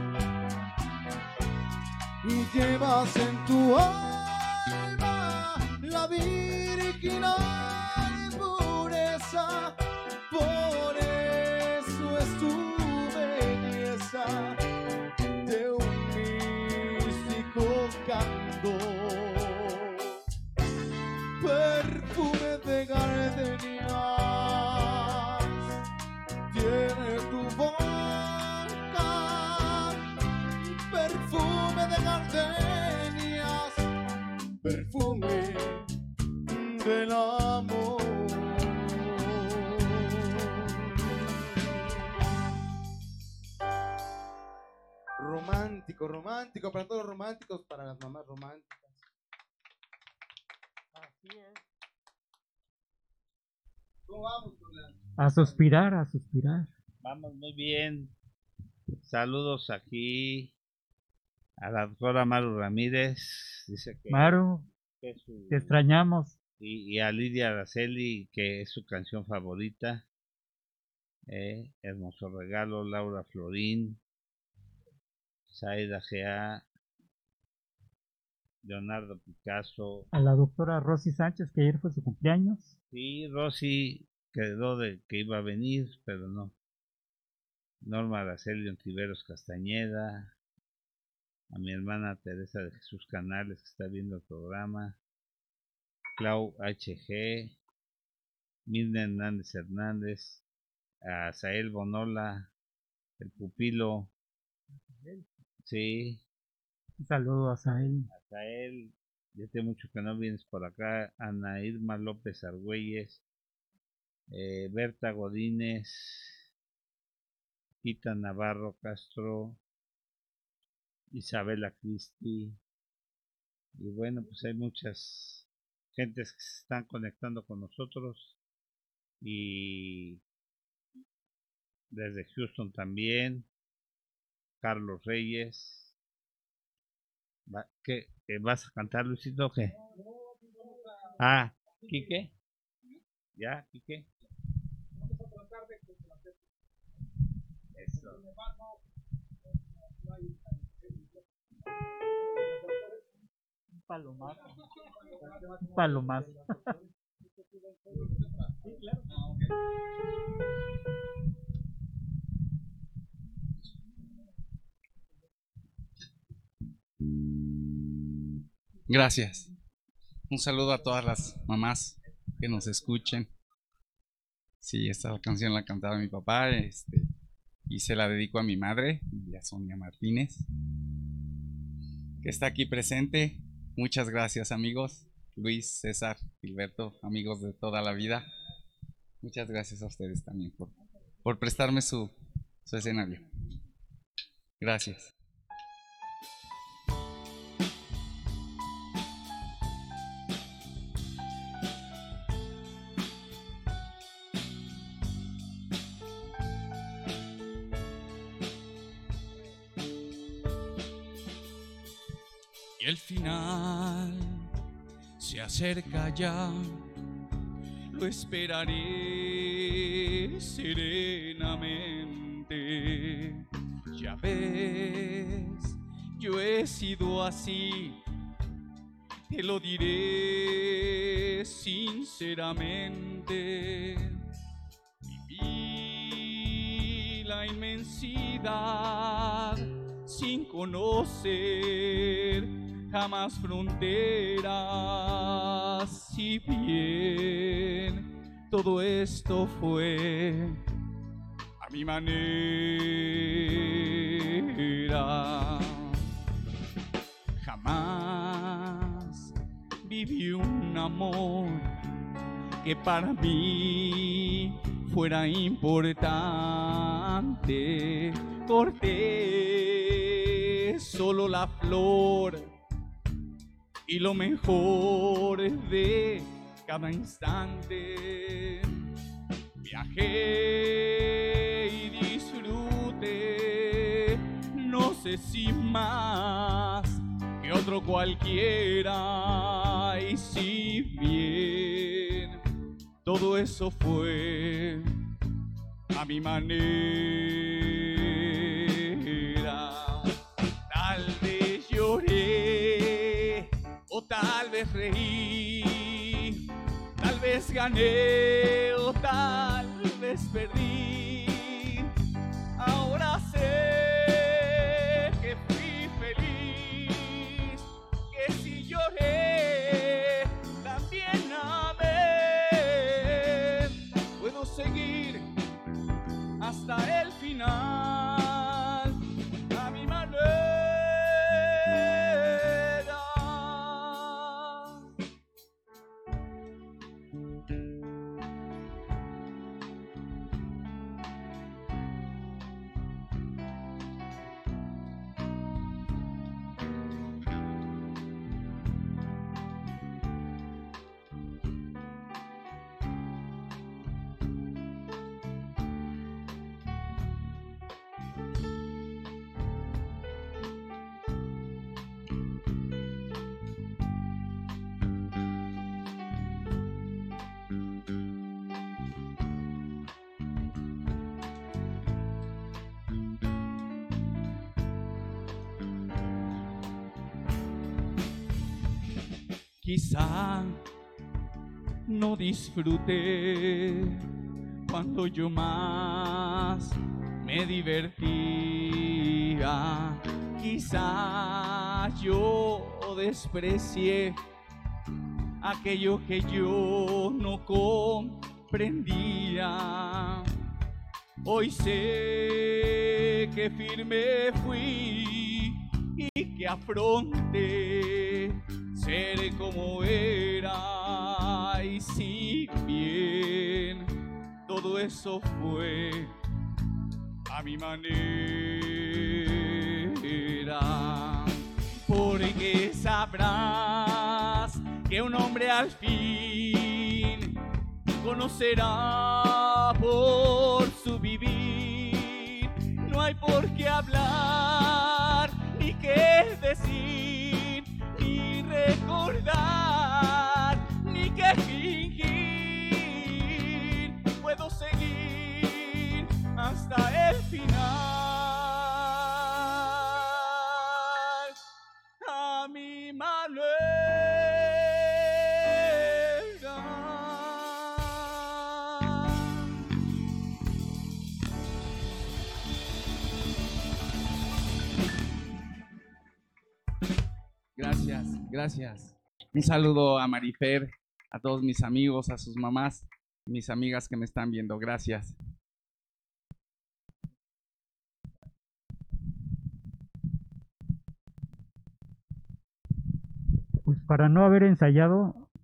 Y llevas en tu alma la virginal pureza, por eso es tu belleza de un místico canto, perfume de gardenias tiene tu boca, perfume de gardenias, perfume del amor. Romántico, romántico, para todos los románticos, para las mamás románticas. Así es. ¿Cómo vamos con la... A suspirar, a suspirar. Vamos muy bien. Saludos aquí a la doctora Maru Ramírez. Dice que Maru, que es su... te extrañamos. y a Lidia Araceli, que es su canción favorita. Hermoso regalo. Laura Florín, Saida Gea, Leonardo Picasso. A la doctora Rosy Sánchez, que ayer fue su cumpleaños. Sí, Rosy quedó de que iba a venir, pero no. Norma Araceli Ontiveros Castañeda, a mi hermana Teresa de Jesús Canales, que está viendo el programa, Clau HG, Mirna Hernández, a Sael Bonola, el pupilo, sí, Un saludo a Sael. a Sael, ya hace mucho que no vienes por acá, Ana Irma López Argüelles, Berta Godínez, Tita Navarro Castro, Isabela Cristi, y bueno, pues hay muchas gentes que se están conectando con nosotros, y desde Houston también, Carlos Reyes. ¿Qué vas a cantar, Luisito, o qué? Ah, ¿Quique? ¿Ya, Quique? Eso. Un palomazo. Un palomazo. Gracias. Un saludo a todas las mamás que nos escuchen. Sí, esta canción la cantaba mi papá, y se la dedico a mi madre, a Sonia Martínez, que está aquí presente. Muchas gracias, amigos. Luis, César, Gilberto, amigos de toda la vida. Muchas gracias a ustedes también por prestarme su escenario. Gracias. Y el final se acerca ya, lo esperaré serenamente. Ya ves, yo he sido así, te lo diré sinceramente. Viví la inmensidad sin conocer jamás fronteras, si bien todo esto fue a mi manera. Jamás viví un amor que para mí fuera importante. Corté solo la flor y lo mejor de cada instante. Viajé y disfruté, no sé si más que otro cualquiera. Y si bien todo eso fue a mi manera, tal vez lloré o tal vez reí, tal vez gané o tal vez perdí. Ahora sé que fui feliz, que si lloré también amé. Puedo seguir hasta el final a mi manera. Quizá no disfruté cuando yo más me divertía. Quizá yo desprecié aquello que yo no comprendía. Hoy sé que firme fui y que afronté ser como era. Y si bien todo eso fue a mi manera, porque sabrás que un hombre al fin conocerá por su vivir. No hay por qué hablar ni qué decir, ni recordar, ni que fingir. Puedo seguir hasta el final a mi manera. Gracias, gracias. Un saludo a Marifer, a todos mis amigos, a sus mamás, mis amigas que me están viendo. Gracias. Pues para no haber ensayado,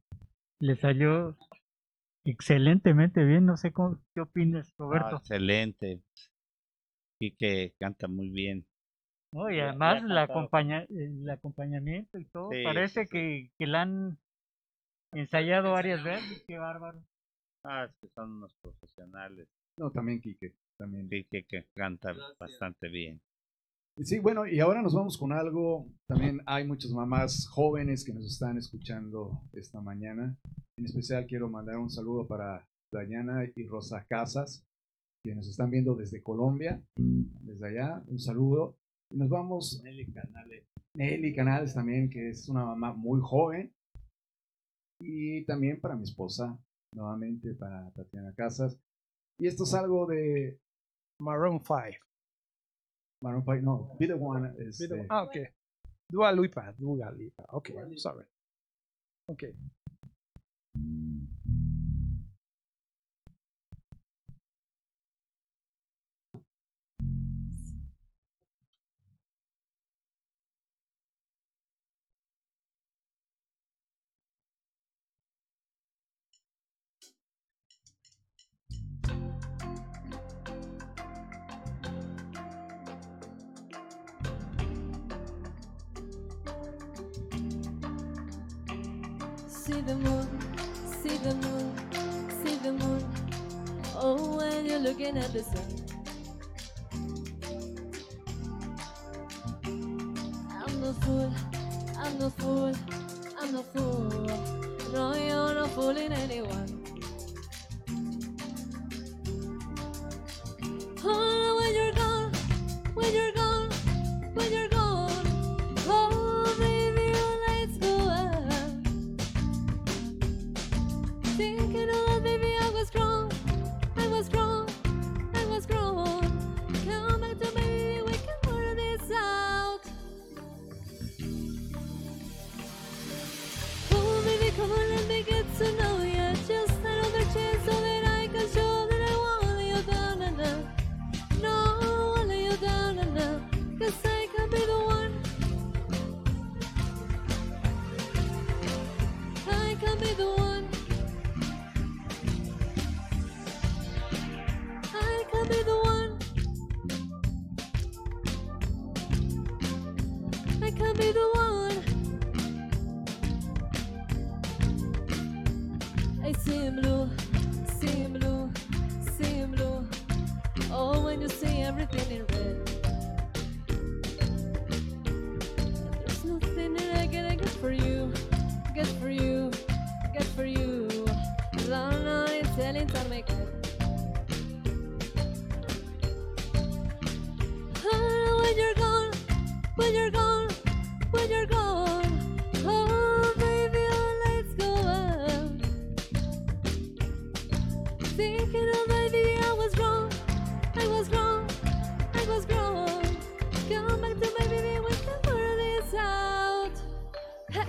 le salió excelentemente bien. No sé qué opinas, Roberto. Excelente. Y que canta muy bien. No, y Ya- además ya ha cantado el acompañamiento y todo, Sí, parece sí, sí. que la han ensayado varias veces. Qué bárbaro. Es que son unos profesionales. No, también Quique, también. Que canta bastante bien. Sí, bueno, y ahora nos vamos con algo. También hay muchas mamás jóvenes que nos están escuchando esta mañana. En especial quiero mandar un saludo para Dayana y Rosa Casas, que nos están viendo desde Colombia, desde allá. Un saludo. Y nos vamos. Nelly Canales también, que es una mamá muy joven. Y también para mi esposa, nuevamente para Tatiana Casas. Y esto es algo de Maroon 5. Maroon 5, no, Be the One. Okay. Dua Lipa. Okay, sorry. Okay. See the moon, see the moon, see the moon. Oh, when you're looking at the sun. I'm no fool, I'm no fool, I'm no fool. No, you're not fooling anyone. Oh, when you're gone, when you're gone, when you're gone. Oh, baby, your lights go out. Thinking of that, baby, I was wrong, I was wrong, I was wrong. Come back to me, we can work this out. Oh, baby, come on, let me get to know you. Just another chance so that I can show that I want you down enough. No, I want you down enough. 'Cause I can be the one. I can be the one. I can be the one. I can be the one. I see him blue, see him blue, see him blue. Oh, when you see everything in red. There's nothing that I can get for you, get for you, get for you. I'm not telling to make it. Oh, when you're gone, when you're gone, when you're gone. Oh, baby, our lights go out. Thinking of maybe I was wrong, I was wrong, I was wrong. Come back to my baby, we can work this out. Hey.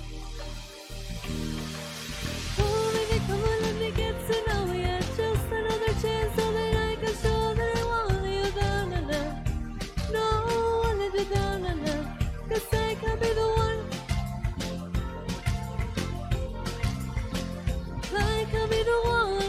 Oh, baby, come on, let me get to know you. Just another chance so that I can show that I want you down enough. No, I want you down enough. 'Cause I can be the one. I can be the one.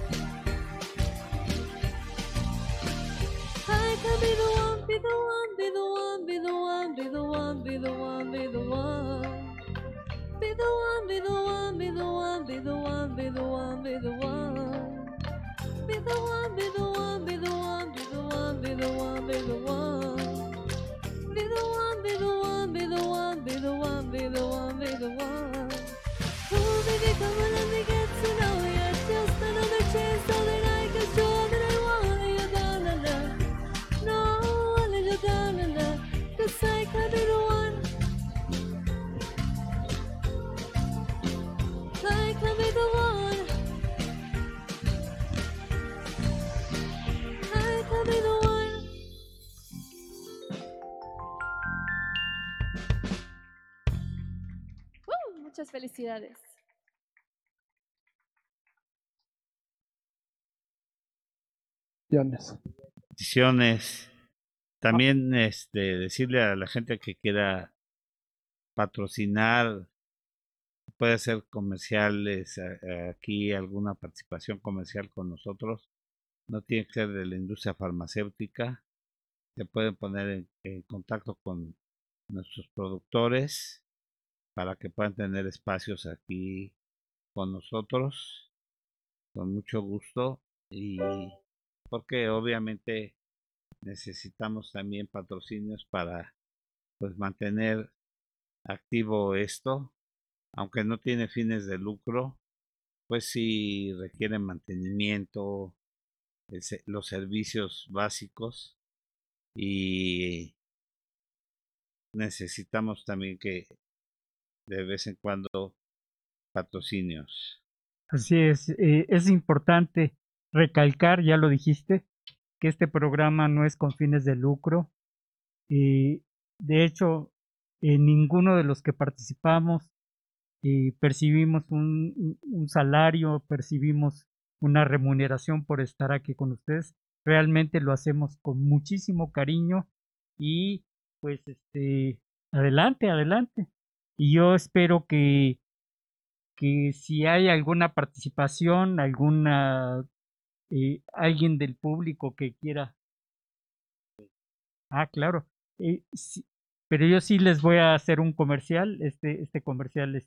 I can be the one, be the one, be the one, be the one, be the one, be the one, be the one. Be the one, be the one, be the one, be the one, be the one, be the one. Be the one, be the one, be the one, be the one, be the one, be the one. Be the one, be the one, be the one, be the one, be the one, be the one. Oh, baby, come on, let me get to know you. Just another chance so that I can show that I want you down enough. No, I want you down enough. 'Cause I can be the one. I can be the one. I can be the one. Muchas felicidades. Bendiciones. También decirle a la gente que quiera patrocinar puede hacer comerciales, aquí alguna participación comercial con nosotros. No tiene que ser de la industria farmacéutica. Se pueden poner en contacto con nuestros productores para que puedan tener espacios aquí con nosotros, con mucho gusto, y porque obviamente necesitamos también patrocinios para pues mantener activo esto, aunque no tiene fines de lucro, pues sí requiere mantenimiento, los servicios básicos, y necesitamos también que de vez en cuando patrocinios. Así es importante recalcar, ya lo dijiste, que este programa no es con fines de lucro. De hecho, ninguno de los que participamos percibimos un salario, percibimos una remuneración por estar aquí con ustedes. Realmente lo hacemos con muchísimo cariño y pues adelante. Y yo espero que si hay alguna participación, alguien del público que quiera. Claro. Sí, pero yo sí les voy a hacer un comercial. Este comercial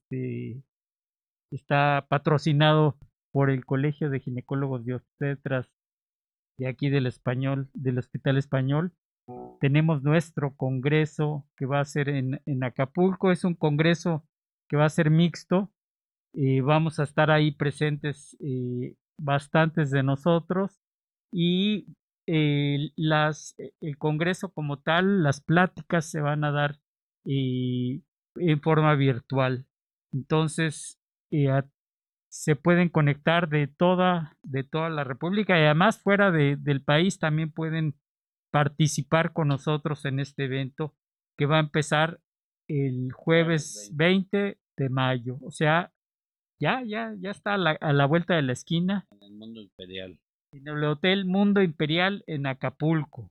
está patrocinado por el Colegio de Ginecólogos y Obstetras de aquí del Hospital Español. Tenemos nuestro congreso que va a ser en Acapulco. Es un congreso que va a ser mixto. Vamos a estar ahí presentes bastantes de nosotros, y el congreso como tal, las pláticas se van a dar en forma virtual. Entonces se pueden conectar de toda la República, y además fuera del país también pueden participar con nosotros en este evento que va a empezar el jueves 20 de mayo. O sea, ya está a la vuelta de la esquina. En el Mundo Imperial. En el Hotel Mundo Imperial en Acapulco.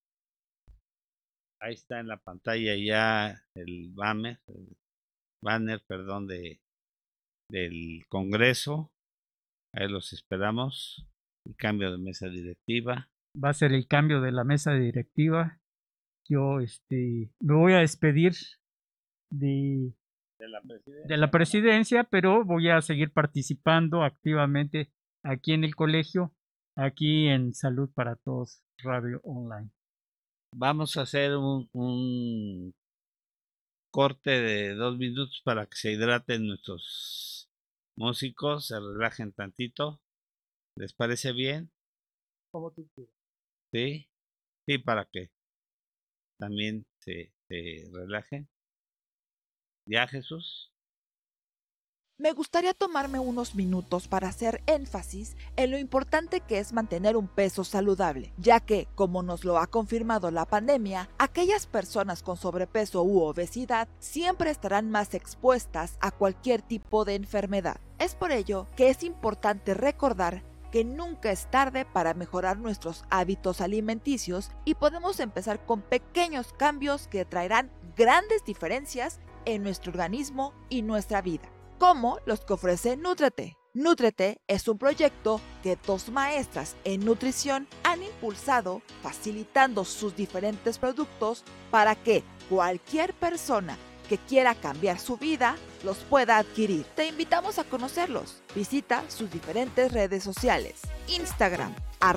Ahí está en la pantalla ya el banner, del Congreso. Ahí los esperamos. El cambio de mesa directiva. Va a ser el cambio de la mesa directiva. Yo me voy a despedir de la presidencia, pero voy a seguir participando activamente aquí en el colegio, aquí en Salud para Todos Radio Online. Vamos a hacer un corte de 2 minutos para que se hidraten nuestros músicos, se relajen tantito. ¿Les parece bien? Como tú quieras. Sí, para que también se relajen. ¿Ya, Jesús? Me gustaría tomarme unos minutos para hacer énfasis en lo importante que es mantener un peso saludable, ya que, como nos lo ha confirmado la pandemia, aquellas personas con sobrepeso u obesidad siempre estarán más expuestas a cualquier tipo de enfermedad. Es por ello que es importante recordar que nunca es tarde para mejorar nuestros hábitos alimenticios, y podemos empezar con pequeños cambios que traerán grandes diferencias en nuestro organismo y nuestra vida, como los que ofrece Nútrete. Nútrete es un proyecto que 2 maestras en nutrición han impulsado, facilitando sus diferentes productos para que cualquier persona que quiera cambiar su vida los pueda adquirir. Te invitamos a conocerlos. Visita sus diferentes redes sociales: Instagram,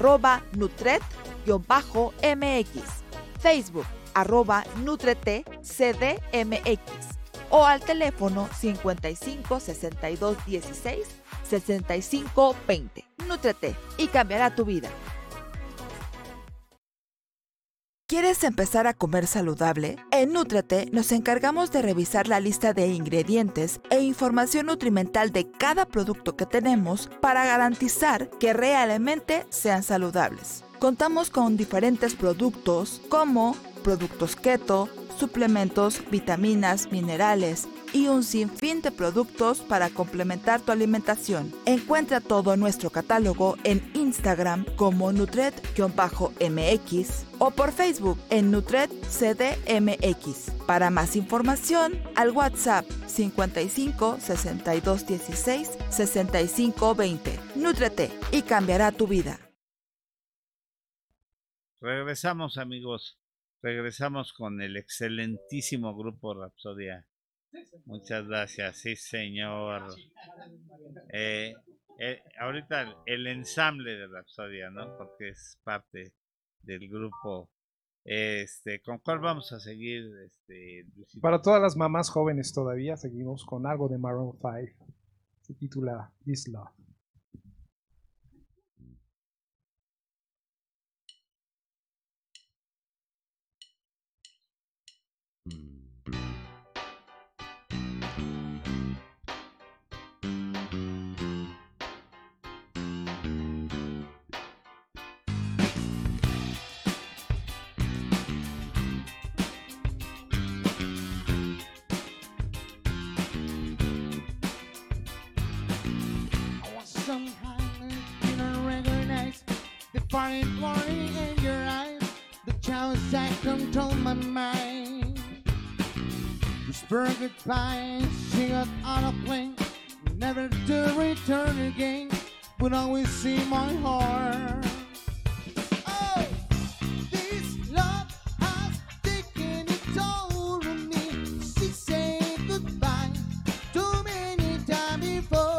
@Nutret_MX, Facebook, @NutreteCDMX, o al teléfono 55 62 16 65 20. Nútrete y cambiará tu vida. ¿Quieres empezar a comer saludable? En Nútrete nos encargamos de revisar la lista de ingredientes e información nutrimental de cada producto que tenemos para garantizar que realmente sean saludables. Contamos con diferentes productos como productos keto, suplementos, vitaminas, minerales y un sinfín de productos para complementar tu alimentación. Encuentra todo nuestro catálogo en Instagram como Nutret_MX o por Facebook en NutretCDMX. Para más información, al WhatsApp 55 62 16 65 20. Nútrete y cambiará tu vida. Regresamos, amigos. Regresamos con el excelentísimo grupo Rapsodia. Muchas gracias, sí, señor. Ahorita el ensamble de Rapsodia, ¿no? Porque es parte del grupo. ¿Con cuál vamos a seguir, Luisito? Para todas las mamás jóvenes todavía, seguimos con algo de Maroon 5. Se titula This Love. Somehow you don't recognize the fire glory in your eyes, the chaos that control my mind. Whisper goodbye, she got on a plane, never to return again, but always see my heart. Oh, this love has taken a toll on me. She said goodbye too many times before.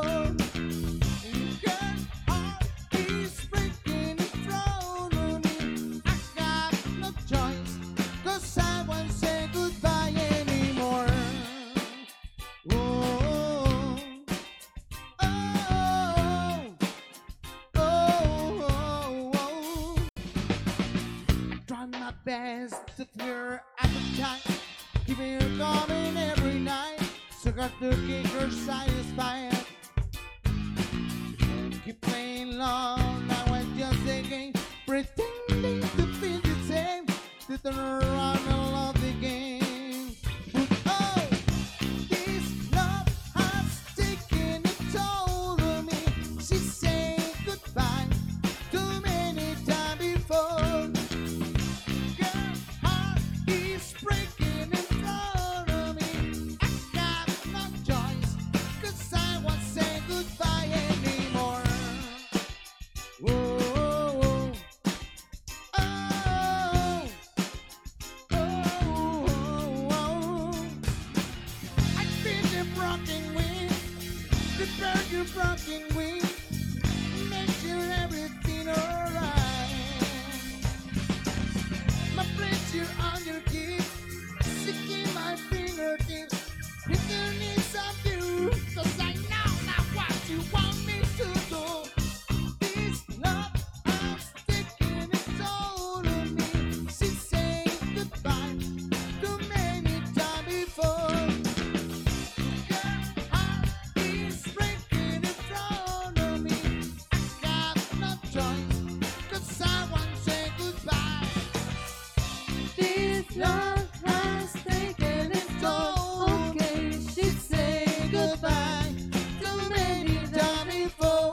Best to clear at the time, keeping her coming every night, so got to keep her satisfied. Keep playing long, now I'm just a game, pretending to feel the same, to turn around and love the game. Oh, this love has taken a toll on me. She said goodbye too many times before. Broken wing, make sure everything alright. My pleasure on your gift, sticking my fingertips. If there needs some you, 'cause I know now what you want me to do. This love has taken its toll on me. She said goodbye too many times before. Love has taken its toll. Okay, she said goodbye too many times before.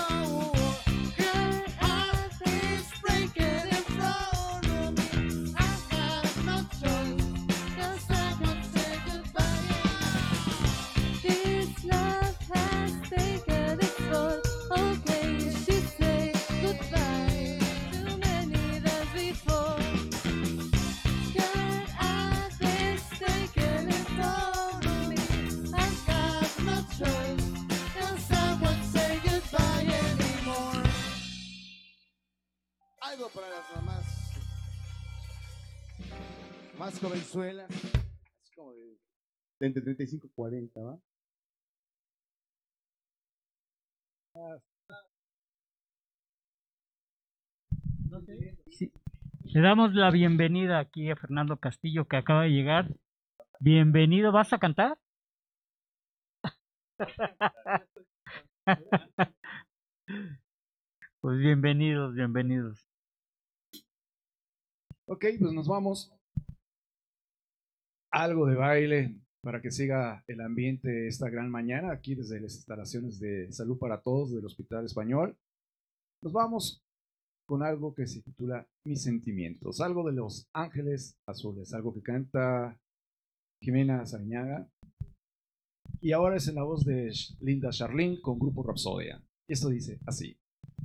Her heart is breaking in front of me. I have no choice, 'cause I can't say goodbye. This love has taken its toll. Okay, she said goodbye too many times before. Algo para las mamás más jovenzuelas, así como de entre 35 y 40, ¿va? Sí. Le damos la bienvenida aquí a Fernando Castillo, que acaba de llegar. Bienvenido, ¿vas a cantar? Pues bienvenidos, bienvenidos. Ok, pues nos vamos. Algo de baile para que siga el ambiente esta gran mañana aquí desde las instalaciones de Salud para Todos del Hospital Español. Nos vamos con algo que se titula Mis Sentimientos, algo de Los Ángeles Azules, algo que canta Jimena Sariñaga. Y ahora es en la voz de Linda Charlene con Grupo Rapsodia. Y esto dice así.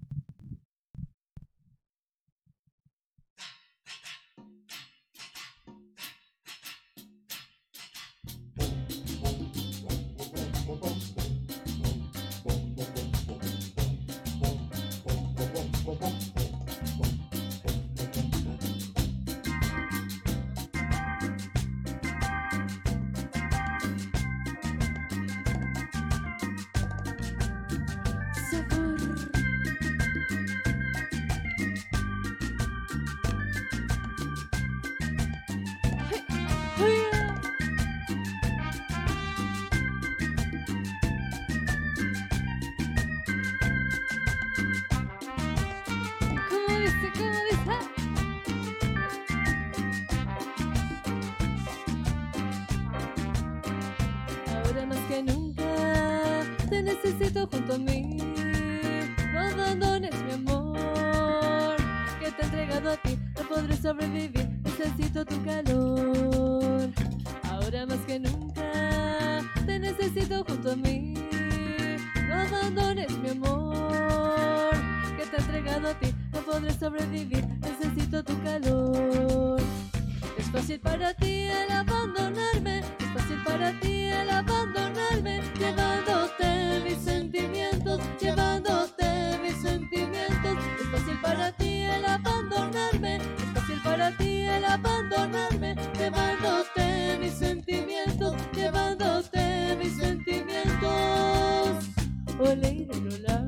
Ahora más que nunca te necesito junto a mí. No abandones mi amor, que te he entregado a ti. No podré sobrevivir, necesito tu calor. Ahora más que nunca te necesito junto a mí. No abandones mi amor, que te he entregado a ti. No podré sobrevivir, necesito tu calor. Es fácil para ti el abandonarme, es fácil para ti el abandonarme, llevándote mis sentimientos, llevándote mis sentimientos. Es fácil para ti el abandonarme, es fácil para ti el abandonarme, llevándote mis sentimientos, llevándote mis sentimientos. Ole y lola.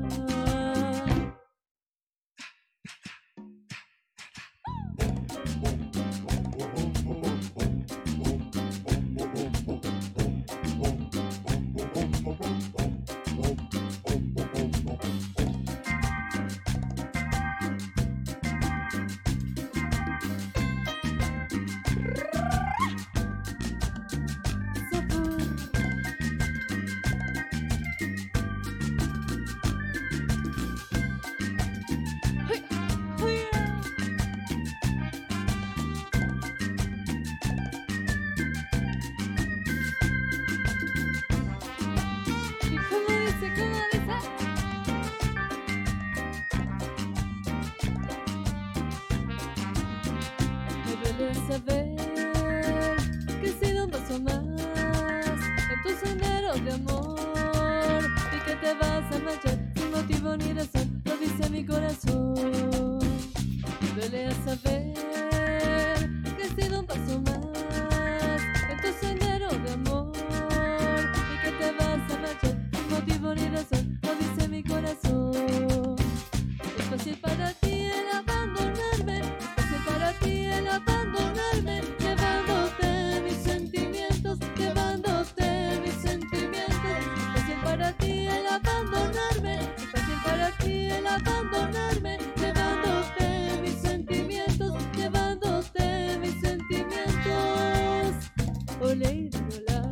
Saber que he sido un paso más en tu sendero de amor y que te vas a marchar sin motivo ni razón, lo dice mi corazón. Me duele saber que he sido un paso más en tu sendero de amor y que te vas a marchar sin motivo ni razón, lo dice mi corazón. Es fácil para ti el abandonarme, es fácil para ti el abandonarme, llevándote mis sentimientos, llevándote mis sentimientos. Es fácil para ti el abandonarme, es fácil para ti el abandonarme, llevándote mis sentimientos, llevándote mis sentimientos. Ole y lola.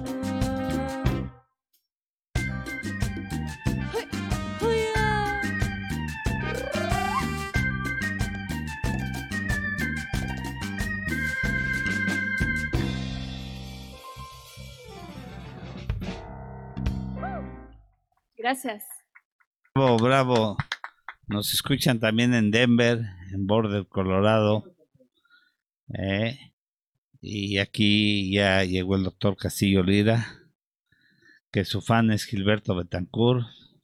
Gracias. Bravo, bravo. Nos escuchan también en Denver, en Boulder, Colorado. Y aquí ya llegó el doctor Castillo Lira, que su fan es Gilberto Betancourt,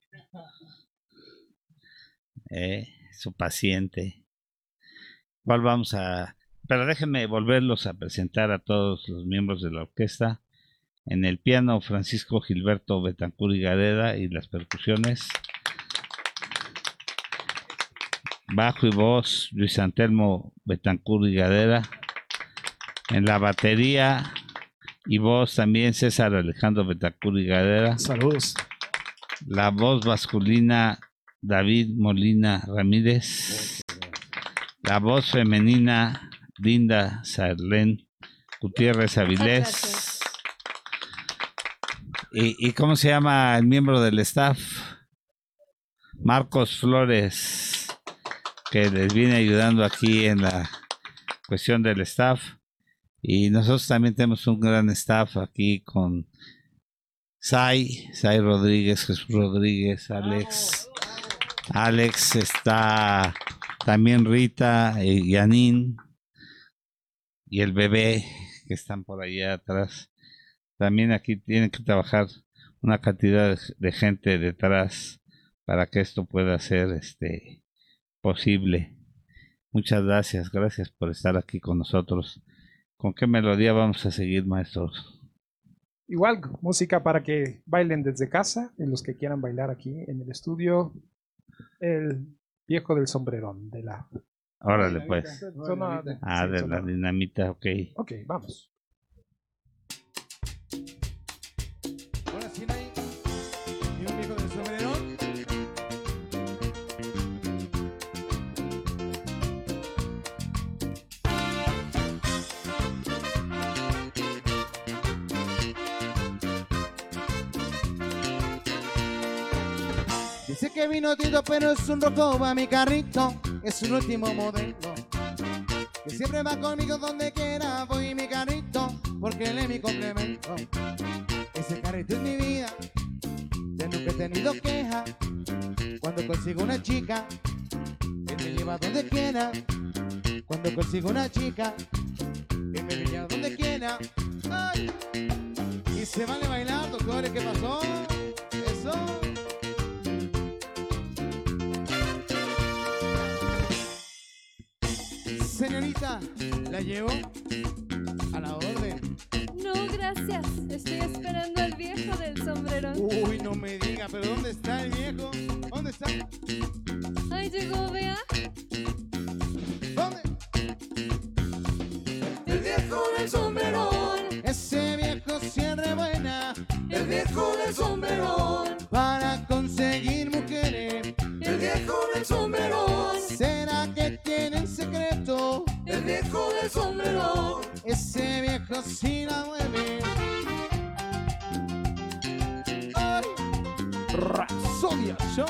su paciente. ¿Cuál vamos a...? Pero déjenme volverlos a presentar a todos los miembros de la orquesta. En el piano, Francisco Gilberto Betancourt y Gareda, y las percusiones. Bajo y voz, Luis Antelmo Betancourt y Gadera. En la batería y voz también, César Alejandro Betancourt y Gadera. Saludos. La voz masculina, David Molina Ramírez. La voz femenina, Linda Charlene Gutiérrez Avilés. ¿Y cómo se llama el miembro del staff? Marcos Flores, que les viene ayudando aquí en la cuestión del staff. Y nosotros también tenemos un gran staff aquí con Sai Rodríguez, Jesús Rodríguez, Alex, está también Rita, Yanin y el bebé que están por allá atrás. También aquí tienen que trabajar una cantidad de gente detrás para que esto pueda ser posible. Muchas gracias por estar aquí con nosotros. ¿Con qué melodía vamos a seguir, maestros? Igual, música para que bailen desde casa, y los que quieran bailar aquí en el estudio, el viejo del sombrerón, de la... Órale, pues. De la dinamita, ok. Ok, vamos. Ahora sí, no hay ni un viejo del sombrerón. Dice que vino Tito, pero es un rojo pa' mi carrito, es un último modelo, que siempre va conmigo donde quiera voy mi carrito, porque él es mi complemento. Ese carrito es mi vida, ya nunca he tenido queja. Cuando consigo una chica, él me lleva donde quiera. Cuando consigo una chica, él me lleva donde quiera. ¡Ay! Y se vale bailar, doctores, ¿qué pasó? Eso. Señorita, ¿la llevo? A la orden. No, gracias. Estoy esperando al viejo del sombrerón. Uy, no me diga, pero ¿dónde está el viejo? ¿Dónde está? Ahí llegó, vea. ¿Dónde? El viejo del sombrerón. Ese viejo cierre buena. El viejo del sombrerón. Para conseguir mujeres. El viejo del sombrerón. ¿Será que tienen secreto? El viejo del sombrerón. Ese viejo sí la mueve. ¡Ay! Rapsodia Show.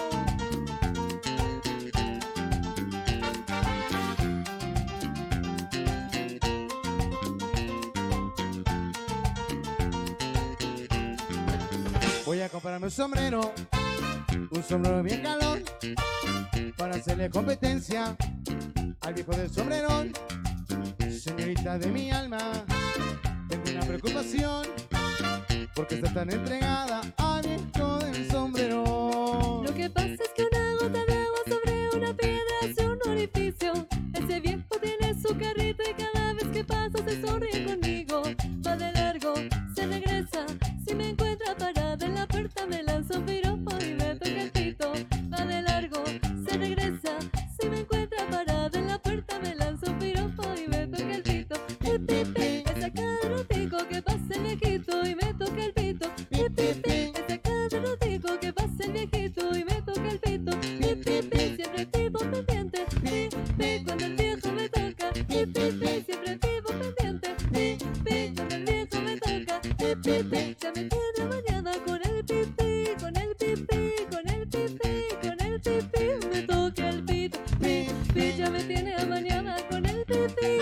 Voy a comprarme un sombrero bien calón, para hacerle competencia al viejo del sombrerón. Señorita de mi alma, tengo una preocupación, porque está tan entregada al viejo del sombrerón. Lo que pasa es que una gota de agua sobre una piedra hace un orificio. Ese viejo tiene su carrito y cada vez que pasa se sonríe conmigo. Va de largo, se regresa, si me encuentra parada en la puerta me lanza un piropo y me toca el pito. Va de largo, se regresa, si me encuentra parada en la puerta me lanza un piropo y me toca el pito. Pip, pip, pip, es a cada ratico que pasa el viejito y me toca el pito. Pip, pip, pip, es a cada ratico que pasa el viejito y me toca el pito. Pip, pip, pip, siempre vivo pendiente. Pip, pip, cuando el viejo me toca. Pip, pip, pip, siempre vivo pendiente. Pip, pip, cuando el viejo me toca. Pip, pip, pip, ya me tiene mañana con el pipí, con el pipí, con el pipí, con el pipí, me toca el pito. Pip, pip, ya me tiene mañana con el pipí.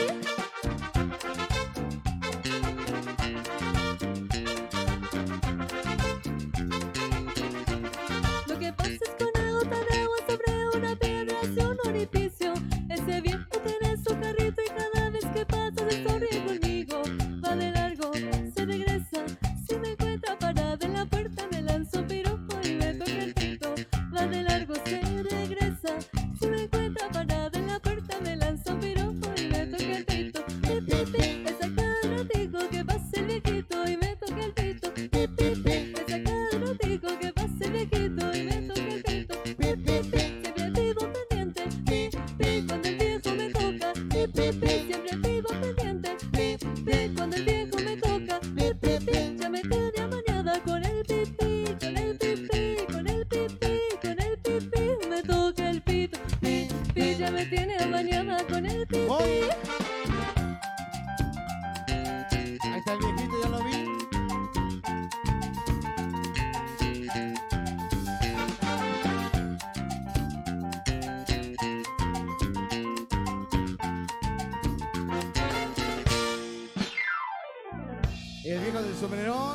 Lo que pasa es que una gota de agua sobre una piedra hace un orificio. Ese viejo tiene su carrito y cada vez que pasa se sonríe conmigo. Va de largo, se regresa, si me encuentra parada en la puerta me lanza un piropo y me toca el pito. Va de largo, se regresa, si me encuentra parada en la puerta me lanza un piropo y me toca el pito. Pip, pip, pip, es a cada ratico que pasa el viejito y me toca el pito. Pip, pip, pip, es a cada ratico que pasa el viejito y me toca el pito. Pip, pip, pip, siempre vivo pendiente. Pip, pip, cuando el viejo me toca. Pip, pip, pip, siempre vivo pendiente. Pip, pip, cuando el viejo me toca. Pip, pip, pip, ya me tiene amañada con el pipí, con el pipí, con el pipí, con el pipí, me toca el pito. Pip, pip, ya me tiene amañada con el pipí. Ahí está el viejito, ya lo vi. el viejo del sombrerón.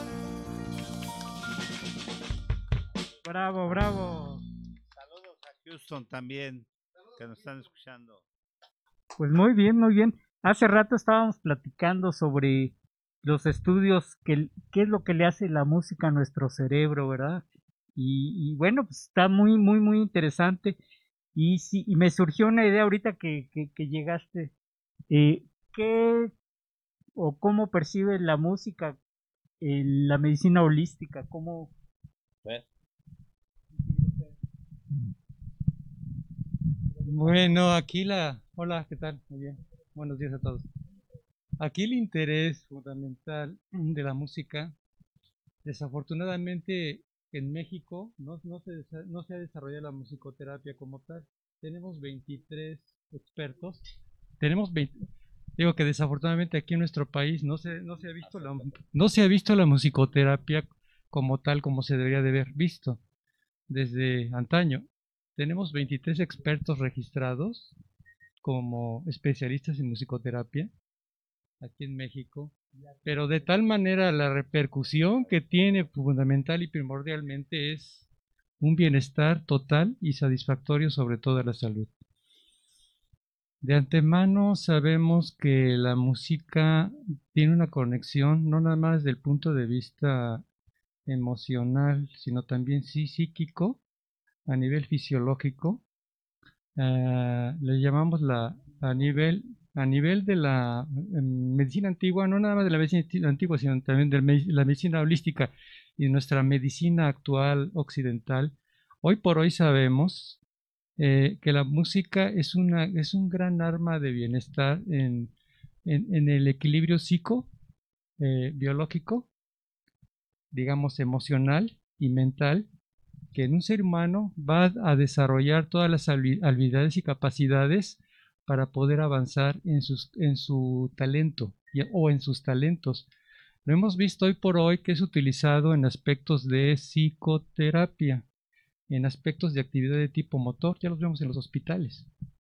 Bravo, bravo. Saludos a Houston también, que nos están escuchando. Pues muy bien, muy bien. Hace rato estábamos platicando sobre los estudios, qué es lo que le hace la música a nuestro cerebro, ¿verdad? Y bueno, pues está muy, muy, muy interesante. Y sí, y me surgió una idea ahorita que llegaste. ¿Qué o cómo percibe la música en la medicina holística? ¿Cómo? Bueno, Hola, ¿qué tal? Muy bien. Buenos días a todos. Aquí el interés fundamental de la música, desafortunadamente en México no se ha desarrollado la musicoterapia como tal. Tenemos 23 expertos. Digo que desafortunadamente aquí en nuestro país no se ha visto la musicoterapia como tal, como se debería de haber visto desde antaño. Tenemos 23 expertos registrados como especialistas en musicoterapia aquí en México, pero de tal manera la repercusión que tiene fundamental y primordialmente es un bienestar total y satisfactorio sobre toda la salud. De antemano sabemos que la música tiene una conexión no nada más desde el punto de vista emocional, sino también psíquico, a nivel fisiológico. Le llamamos a nivel de la medicina antigua, no nada más de la medicina antigua, sino también de la medicina holística y nuestra medicina actual occidental. Hoy por hoy sabemos que la música es un gran arma de bienestar en el equilibrio biológico, digamos emocional y mental, que en un ser humano va a desarrollar todas las habilidades y capacidades para poder avanzar en su talento o en sus talentos. Lo hemos visto hoy por hoy que es utilizado en aspectos de psicoterapia, en aspectos de actividad de tipo motor, ya los vemos en los hospitales.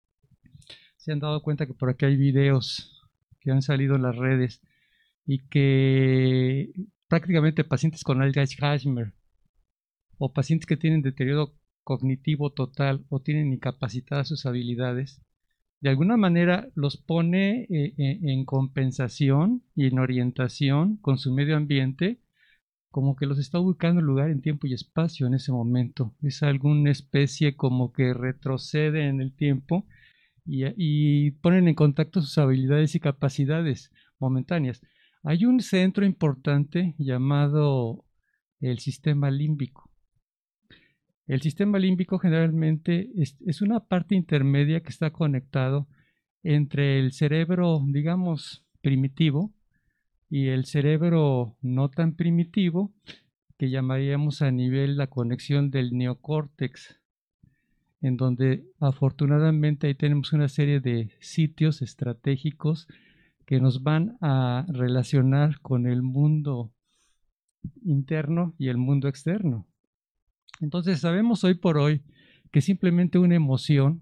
Se han dado cuenta que por aquí hay videos que han salido en las redes y que prácticamente pacientes con Alzheimer o pacientes que tienen deterioro cognitivo total o tienen incapacitadas sus habilidades, de alguna manera los pone en compensación y en orientación con su medio ambiente, como que los está ubicando en lugar, en tiempo y espacio en ese momento. Es alguna especie como que retrocede en el tiempo y ponen en contacto sus habilidades y capacidades momentáneas. Hay un centro importante llamado el sistema límbico. El sistema límbico generalmente es una parte intermedia que está conectado entre el cerebro, digamos, primitivo y el cerebro no tan primitivo, que llamaríamos a nivel la conexión del neocórtex, en donde afortunadamente ahí tenemos una serie de sitios estratégicos que nos van a relacionar con el mundo interno y el mundo externo. Entonces sabemos hoy por hoy que simplemente una emoción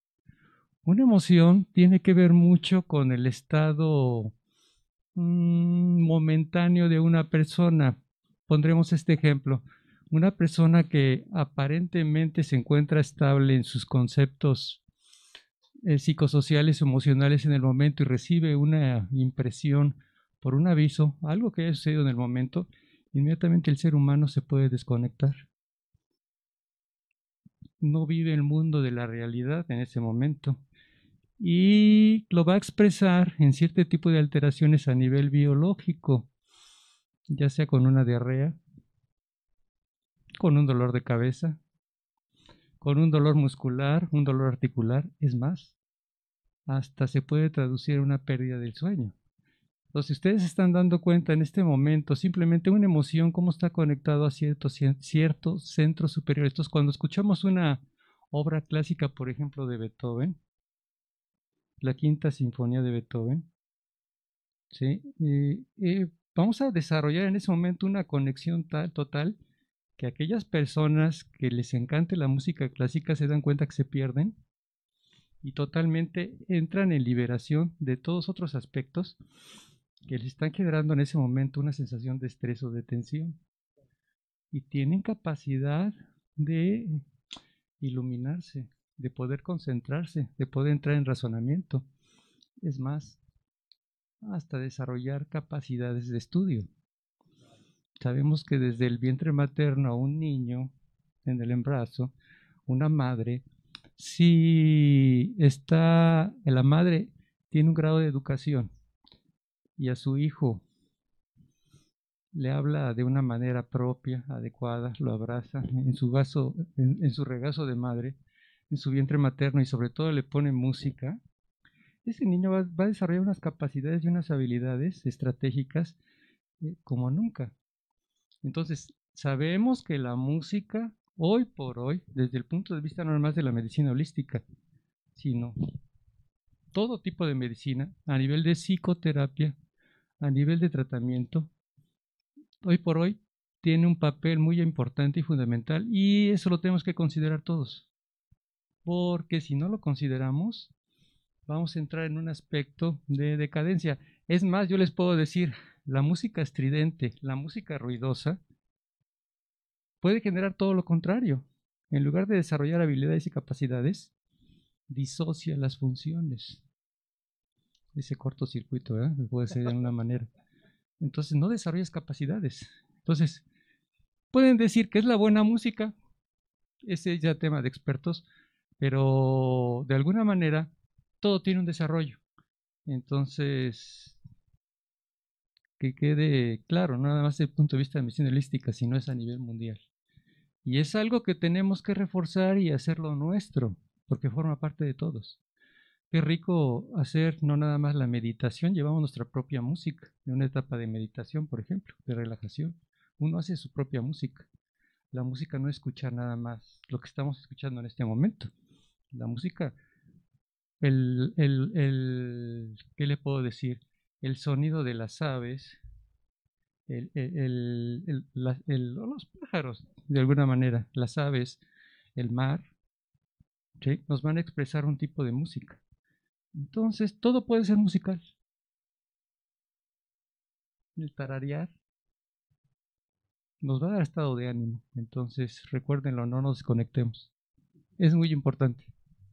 tiene que ver mucho con el estado momentáneo de una persona. Pondremos este ejemplo. Una persona que aparentemente se encuentra estable en sus conceptos psicosociales, emocionales en el momento y recibe una impresión por un aviso, algo que haya sucedido en el momento, inmediatamente el ser humano se puede desconectar. No vive el mundo de la realidad en ese momento y lo va a expresar en cierto tipo de alteraciones a nivel biológico, ya sea con una diarrea, con un dolor de cabeza, con un dolor muscular, un dolor articular, es más, hasta se puede traducir en una pérdida del sueño. Entonces, si ustedes se están dando cuenta en este momento, simplemente una emoción, cómo está conectado a cierto centro superior. Entonces, cuando escuchamos una obra clásica, por ejemplo, de Beethoven, la Quinta Sinfonía de Beethoven, ¿sí? Vamos a desarrollar en ese momento una conexión total que aquellas personas que les encante la música clásica se dan cuenta que se pierden y totalmente entran en liberación de todos otros aspectos que les están generando en ese momento una sensación de estrés o de tensión. Y tienen capacidad de iluminarse, de poder concentrarse, de poder entrar en razonamiento. Es más, hasta desarrollar capacidades de estudio. Sabemos que desde el vientre materno a un niño en el embarazo, una madre, si la madre tiene un grado de educación y a su hijo le habla de una manera propia, adecuada, lo abraza en su regazo de madre, en su vientre materno y sobre todo le pone música, ese niño va a desarrollar unas capacidades y unas habilidades estratégicas como nunca. Entonces, sabemos que la música, hoy por hoy, desde el punto de vista no más de la medicina holística, sino todo tipo de medicina, a nivel de psicoterapia, a nivel de tratamiento, hoy por hoy tiene un papel muy importante y fundamental, y eso lo tenemos que considerar todos, porque si no lo consideramos, vamos a entrar en un aspecto de decadencia. Es más, yo les puedo decir, la música estridente, la música ruidosa, puede generar todo lo contrario. En lugar de desarrollar habilidades y capacidades, disocia las funciones. Ese cortocircuito, puede ser de alguna manera. Entonces no desarrollas capacidades. Entonces, pueden decir que es la buena música, ese es ya tema de expertos, pero de alguna manera todo tiene un desarrollo. Entonces, que quede claro, no nada más desde el punto de vista de medicina holística, sino es a nivel mundial. Y es algo que tenemos que reforzar y hacerlo nuestro, porque forma parte de todos. Qué rico hacer no nada más la meditación, llevamos nuestra propia música, en una etapa de meditación, por ejemplo, de relajación. Uno hace su propia música. La música no es escuchar nada más lo que estamos escuchando en este momento. La música, ¿qué le puedo decir? El sonido de las aves, los pájaros, de alguna manera, las aves, el mar, ¿sí? Nos van a expresar un tipo de música. Entonces, todo puede ser musical. El tararear nos va a dar estado de ánimo. Entonces, recuérdenlo, no nos desconectemos. Es muy importante.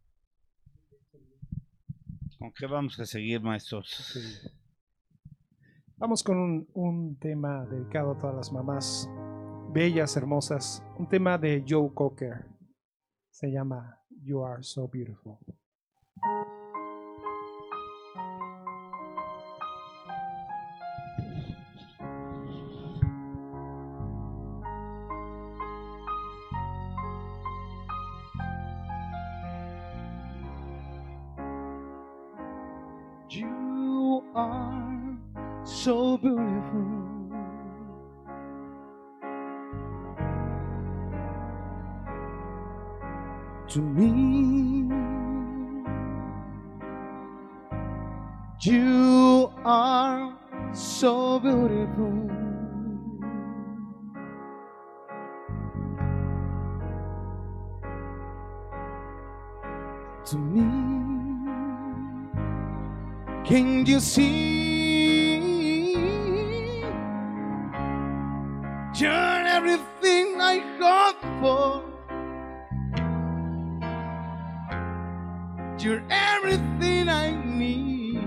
¿Con qué vamos a seguir, maestros? Sí. Vamos con un tema dedicado a todas las mamás bellas, hermosas. Un tema de Joe Cocker. Se llama You Are So Beautiful. You are so beautiful. To me, you are so beautiful. To me, can you see? You're everything I hope for. You're everything I need.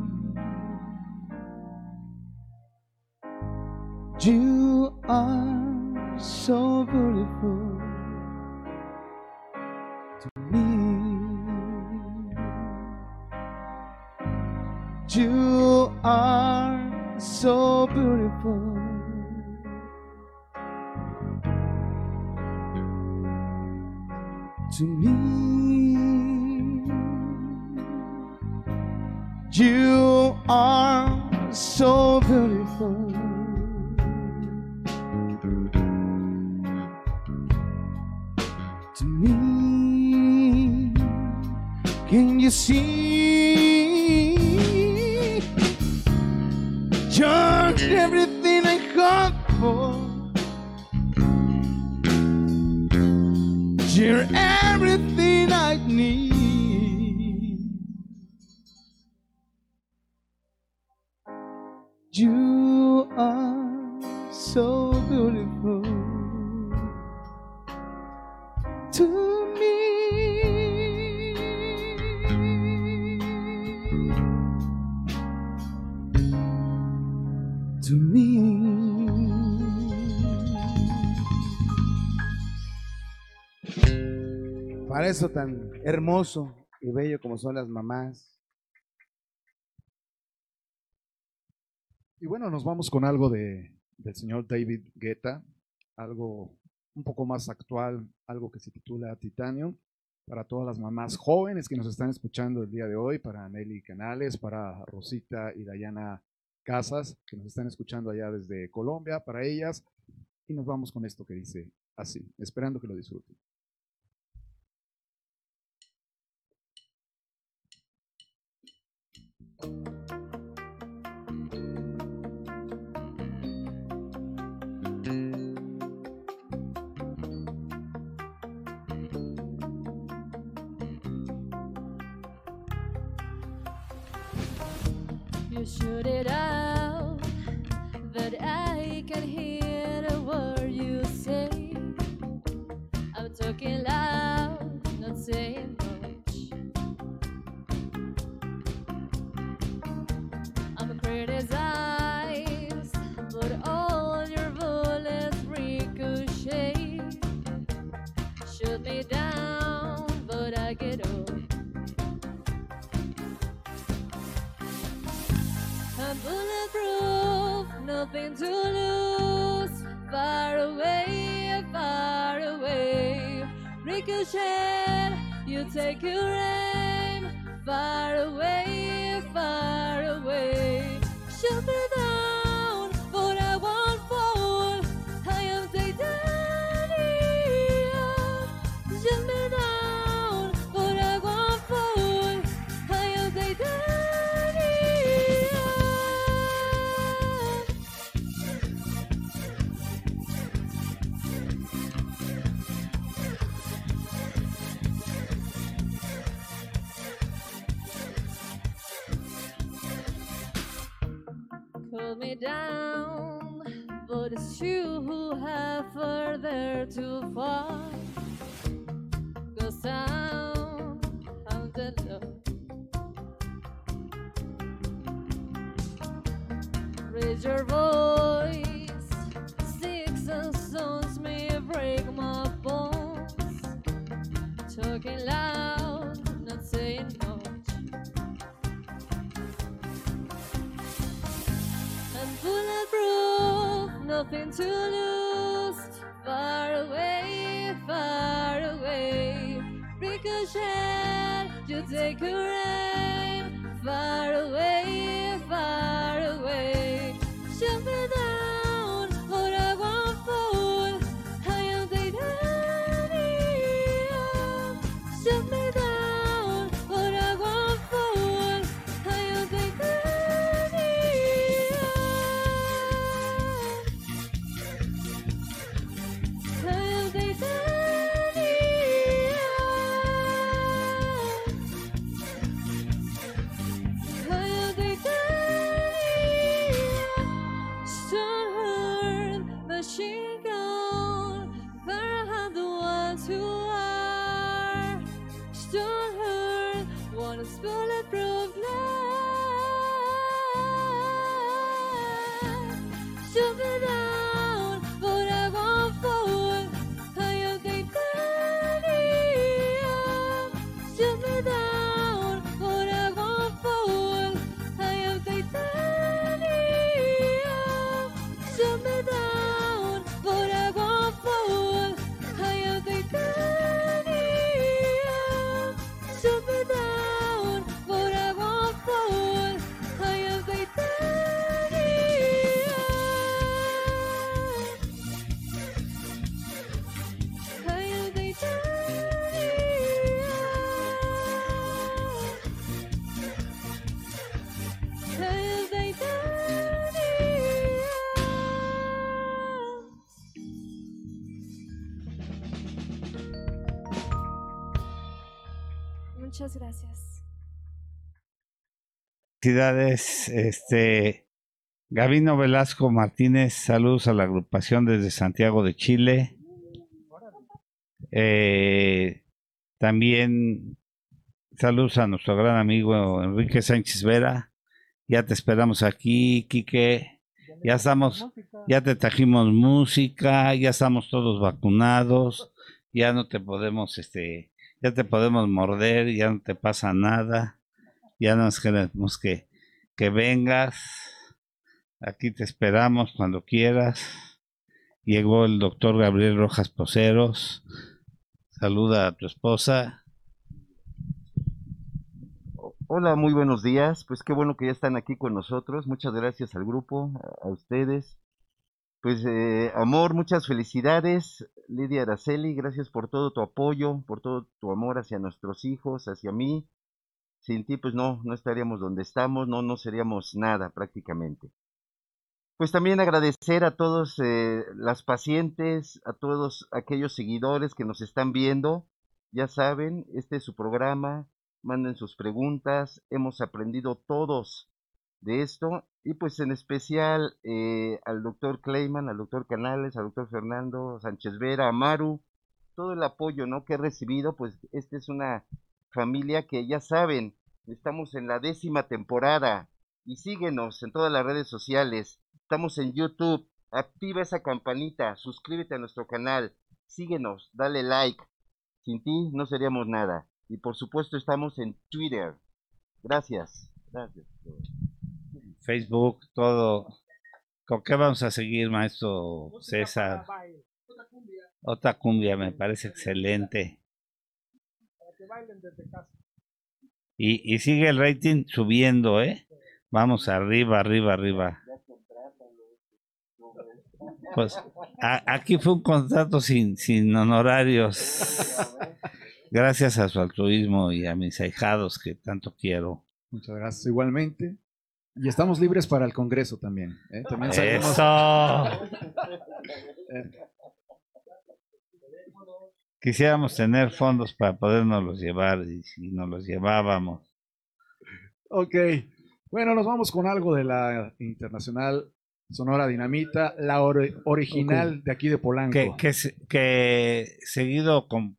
You are so beautiful to me. You are so beautiful to me. You are so beautiful to me. Can you see? You're everything I hope for. You're everything I need. to me. To me. Para eso tan hermoso y bello como son las mamás. Y bueno, nos vamos con algo del señor David Guetta, algo un poco más actual, algo que se titula Titanium, para todas las mamás jóvenes que nos están escuchando el día de hoy, para Nelly Canales, para Rosita y Dayana Casas, que nos están escuchando allá desde Colombia, para ellas. Y nos vamos con esto que dice así, esperando que lo disfruten. You shoot it out, but I can hear the word you say. I'm talking loud, not saying much. I'm criticized, but all your bullets ricochet. Shoot me down, but I get up. I'm bulletproof, nothing to lose. Far away, far away. Ricochet, you take your aim. Far away, far away. Shoot me down, but I won't fall. I am titanium. Shoot me down, but I won't fall. I am titanium. Cool me down, but it's you who have further to fall. 'Cause I'm the love. Raise your voice, sticks and stones may break my bones. Talking loud, not saying much. I'm bulletproof, nothing to lose. Far away, far away. Ricochet, you take your aim. Far away, far away. Shoot me down, but I won't fall. I am titanium. Shoot me down, but I won't fall. I am titanium. I am titanium. I am titanium. Stone heart, machine gun, Farhan the ones who are. Stone heart, one is bulletproof life. Shoot me down, but I won't fall. I am titanium. Shoot me down, but I won't fall. I am titanium. Shoot me down, but I won't fall. I am titanium. Shoot me down, but I won't fall. I am titanium. I am titanium. I am titanium. Muchas gracias. Felicidades, Gabino Velasco Martínez, saludos a la agrupación desde Santiago de Chile. También saludos a nuestro gran amigo Enrique Sánchez Vera. Ya te esperamos aquí, Quique. Ya te trajimos música, ya estamos todos vacunados, ya no te podemos, ya te podemos morder, ya no te pasa nada, ya nos queremos que vengas, aquí te esperamos cuando quieras. Llegó el doctor Gabriel Rojas Poceros, saluda a tu esposa. Hola, muy buenos días. Pues qué bueno que ya están aquí con nosotros. Muchas gracias al grupo, a ustedes. Pues amor, muchas felicidades. Lidia Araceli, gracias por todo tu apoyo, por todo tu amor hacia nuestros hijos, hacia mí. Sin ti pues no estaríamos donde estamos, no seríamos nada prácticamente. Pues también agradecer a todos las pacientes, a todos aquellos seguidores que nos están viendo. Ya saben, este es su programa. Manden sus preguntas, hemos aprendido todos de esto, y pues en especial al doctor Kleiman, al doctor Canales, al doctor Fernando Sánchez Vera, a Maru, todo el apoyo, ¿no?, que he recibido. Pues esta es una familia que ya saben, estamos en la 10ª temporada, y síguenos en todas las redes sociales, estamos en YouTube, activa esa campanita, suscríbete a nuestro canal, síguenos, dale like, sin ti no seríamos nada. Y por supuesto estamos en Twitter. Gracias. Facebook, todo. ¿Con qué vamos a seguir, maestro César? Otra cumbia, me parece excelente. Y sigue el rating subiendo, ¿eh? Vamos arriba. Pues aquí fue un contrato sin honorarios. Gracias a su altruismo y a mis ahijados que tanto quiero. Muchas gracias, igualmente. Y estamos libres para el Congreso también. También salimos... Quisiéramos tener fondos para podernos llevar, y si nos los llevábamos. Ok. Bueno, nos vamos con algo de la internacional Sonora Dinamita, la original de aquí de Polanco. Que seguido con...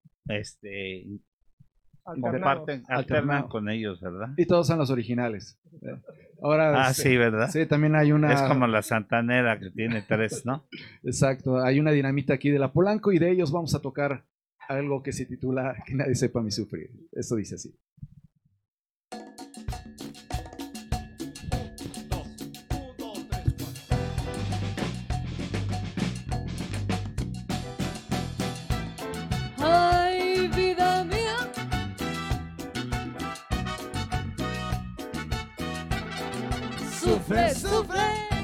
alternan con ellos, ¿verdad? Y todos son los originales. Ahora, sí, ¿verdad? Sí, también hay una... Es como la Santanera, que tiene 3, ¿no? Exacto, hay una dinamita aquí de la Polanco, y de ellos vamos a tocar algo que se titula Que nadie sepa mi sufrir. Esto dice así. Sufre.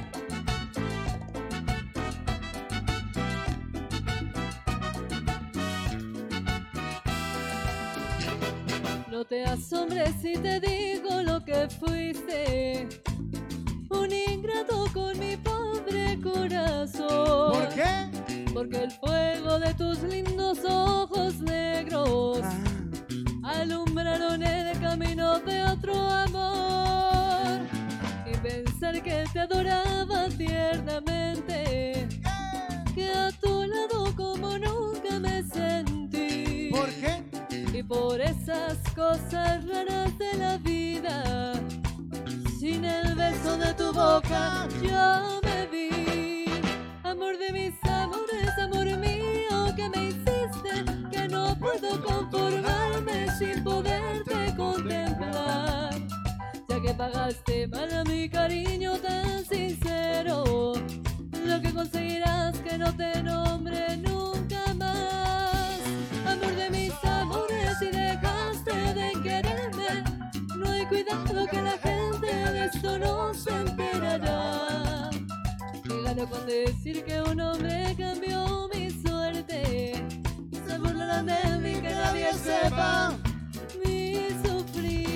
No te asombres si te digo lo que fuiste, un ingrato con mi pobre corazón. ¿Por qué? Porque el fuego de tus lindos ojos negros alumbraron el camino de otro amor. Y pensar que te adoraba tiernamente, que a tu lado como nunca me sentí. ¿Por qué? Y por esas cosas raras de la vida, sin el beso de tu boca yo me vi. Amor de mis amores, amor mío, que me hiciste, que no puedo conformarme sin poderte contemplar. Ya que pagaste mal a mi cariño tan sincero, lo que conseguirás que no te nombre nunca más. Amor de mis amores, si dejaste de quererme, no hay cuidado que la gente de esto no se enterará. Que gano con decir que un hombre cambió mi suerte, se burlarán de mí, que nadie sepa mi sufrir.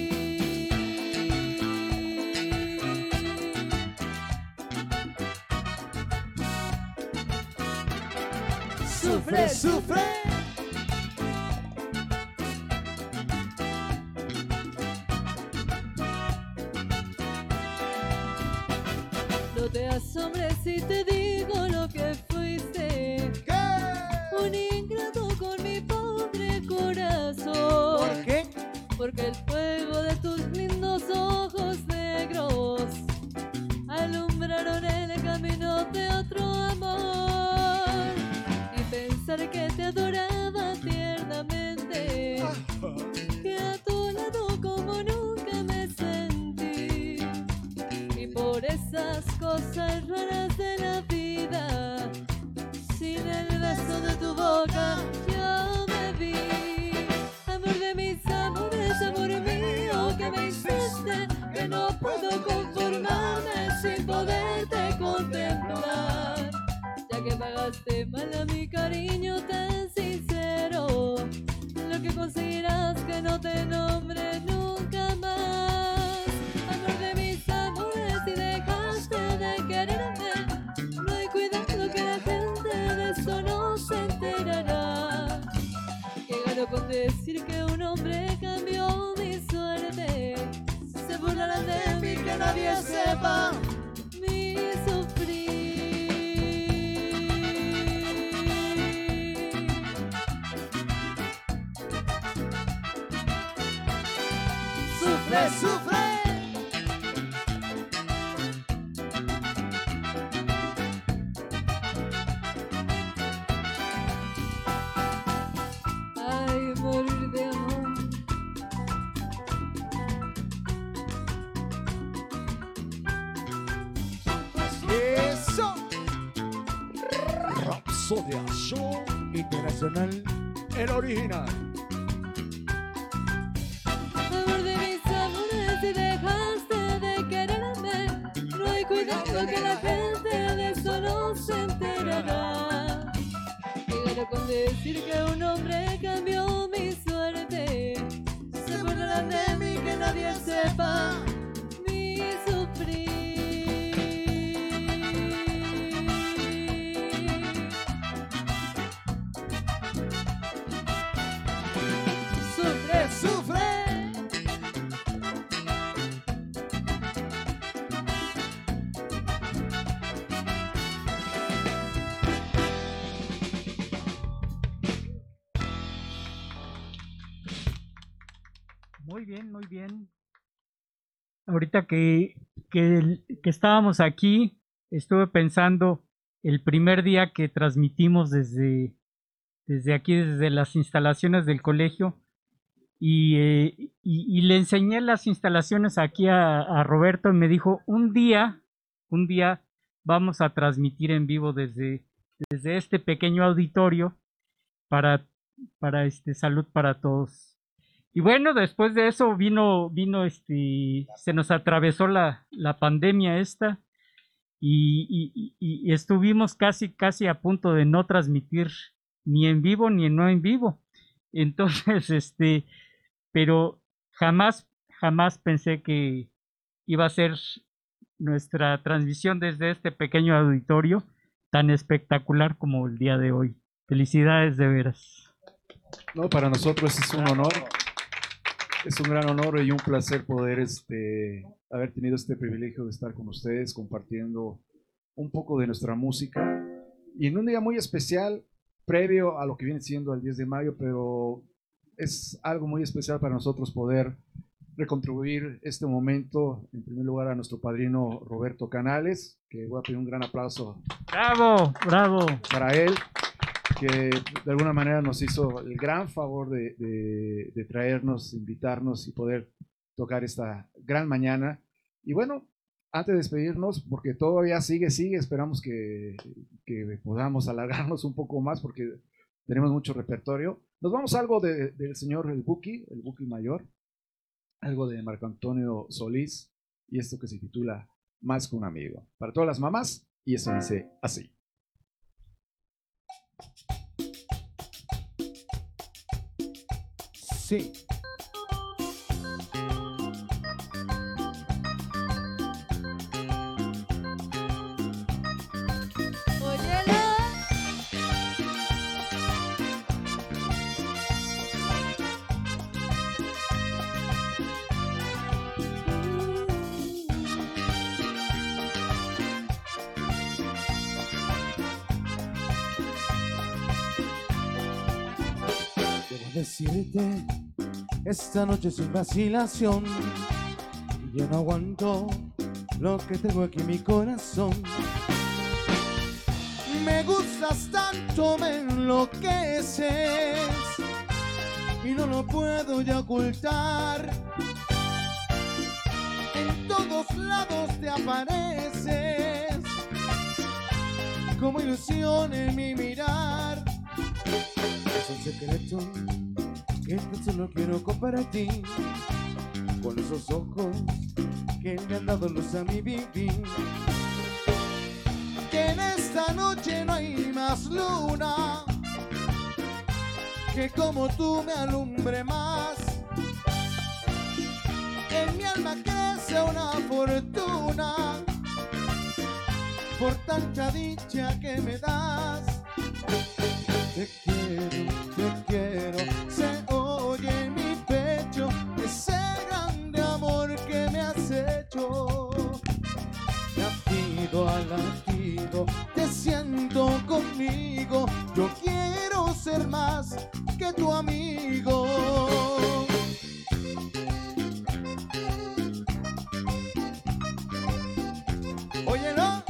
Sufre. No te asombres si te digo lo que fuiste. ¿Qué? Un ingrato con mi porque el fuego de tus lindos ojos negros alumbraron el camino de otro amor. Y pensar que te adoraba tiernamente, que a tu lado como nunca me sentí. Y por esas cosas raras de la vida, sin el beso de tu boca yo me vi. Amor de mis amores, amor mío, que me hiciste, que no puedo conformarme sin poderte contemplar. Ya que pagaste mal a mi cariño tan sincero, lo que conseguirás que no te nombre nunca más. Amor de mis amores, si dejaste de quererme, no hay cuidado que la gente de eso no se enterará. Que gano con decir que un hombre cambió mi suerte, se burlarán de mí, que nadie sepa mi sufrir. Sufre, sufre. Ay, morir de amor. Eso. Rapsodia Show Internacional, el original. Amor de mis amores, si dejaste de quererme, no hay cuidado que la gente de eso no se enterará. Que gano con decir que un hombre cambió mi suerte, se burlarán de mí, que nadie sepa mi sufrir. Sufre, sufre. Muy bien, muy bien. Ahorita que estábamos aquí, estuve pensando el primer día que transmitimos desde aquí, desde las instalaciones del colegio, y le enseñé las instalaciones aquí a Roberto y me dijo, un día vamos a transmitir en vivo desde este pequeño auditorio para salud para todos. Y bueno, después de eso vino se nos atravesó la pandemia esta y estuvimos casi a punto de no transmitir ni en vivo ni no en vivo. Entonces, pero jamás pensé que iba a ser nuestra transmisión desde este pequeño auditorio tan espectacular como el día de hoy. Felicidades de veras. No, para nosotros es un honor. Es un gran honor y un placer poder haber tenido este privilegio de estar con ustedes compartiendo un poco de nuestra música y en un día muy especial previo a lo que viene siendo el 10 de mayo, pero es algo muy especial para nosotros poder recontribuir este momento, en primer lugar a nuestro padrino Roberto Canales, que voy a pedir un gran aplauso. ¡Bravo! ¡Bravo! Para él, que de alguna manera nos hizo el gran favor de traernos, invitarnos y poder tocar esta gran mañana. Y bueno, antes de despedirnos, porque todavía sigue, esperamos que podamos alargarnos un poco más porque tenemos mucho repertorio. Nos vamos a algo del señor el Buki Mayor, algo de Marco Antonio Solís y esto que se titula Más que un amigo. Para todas las mamás, y eso dice así. Sí. Debo decirte esta noche sin vacilación. Yo no aguanto lo que tengo aquí en mi corazón. Me gustas tanto, me enloqueces y no lo puedo ya ocultar. En todos lados te apareces como ilusión en mi mirar. Es un secreto que tan solo quiero compartir con esos ojos que me han dado luz a mi vivir. Que en esta noche no hay más luna que como tú me alumbre más. En mi alma crece una fortuna por tanta dicha que me das. Te quiero, se oye en mi pecho ese grande amor que me has hecho. Latido a latido te siento conmigo, yo quiero ser más que tu amigo. Óyelo.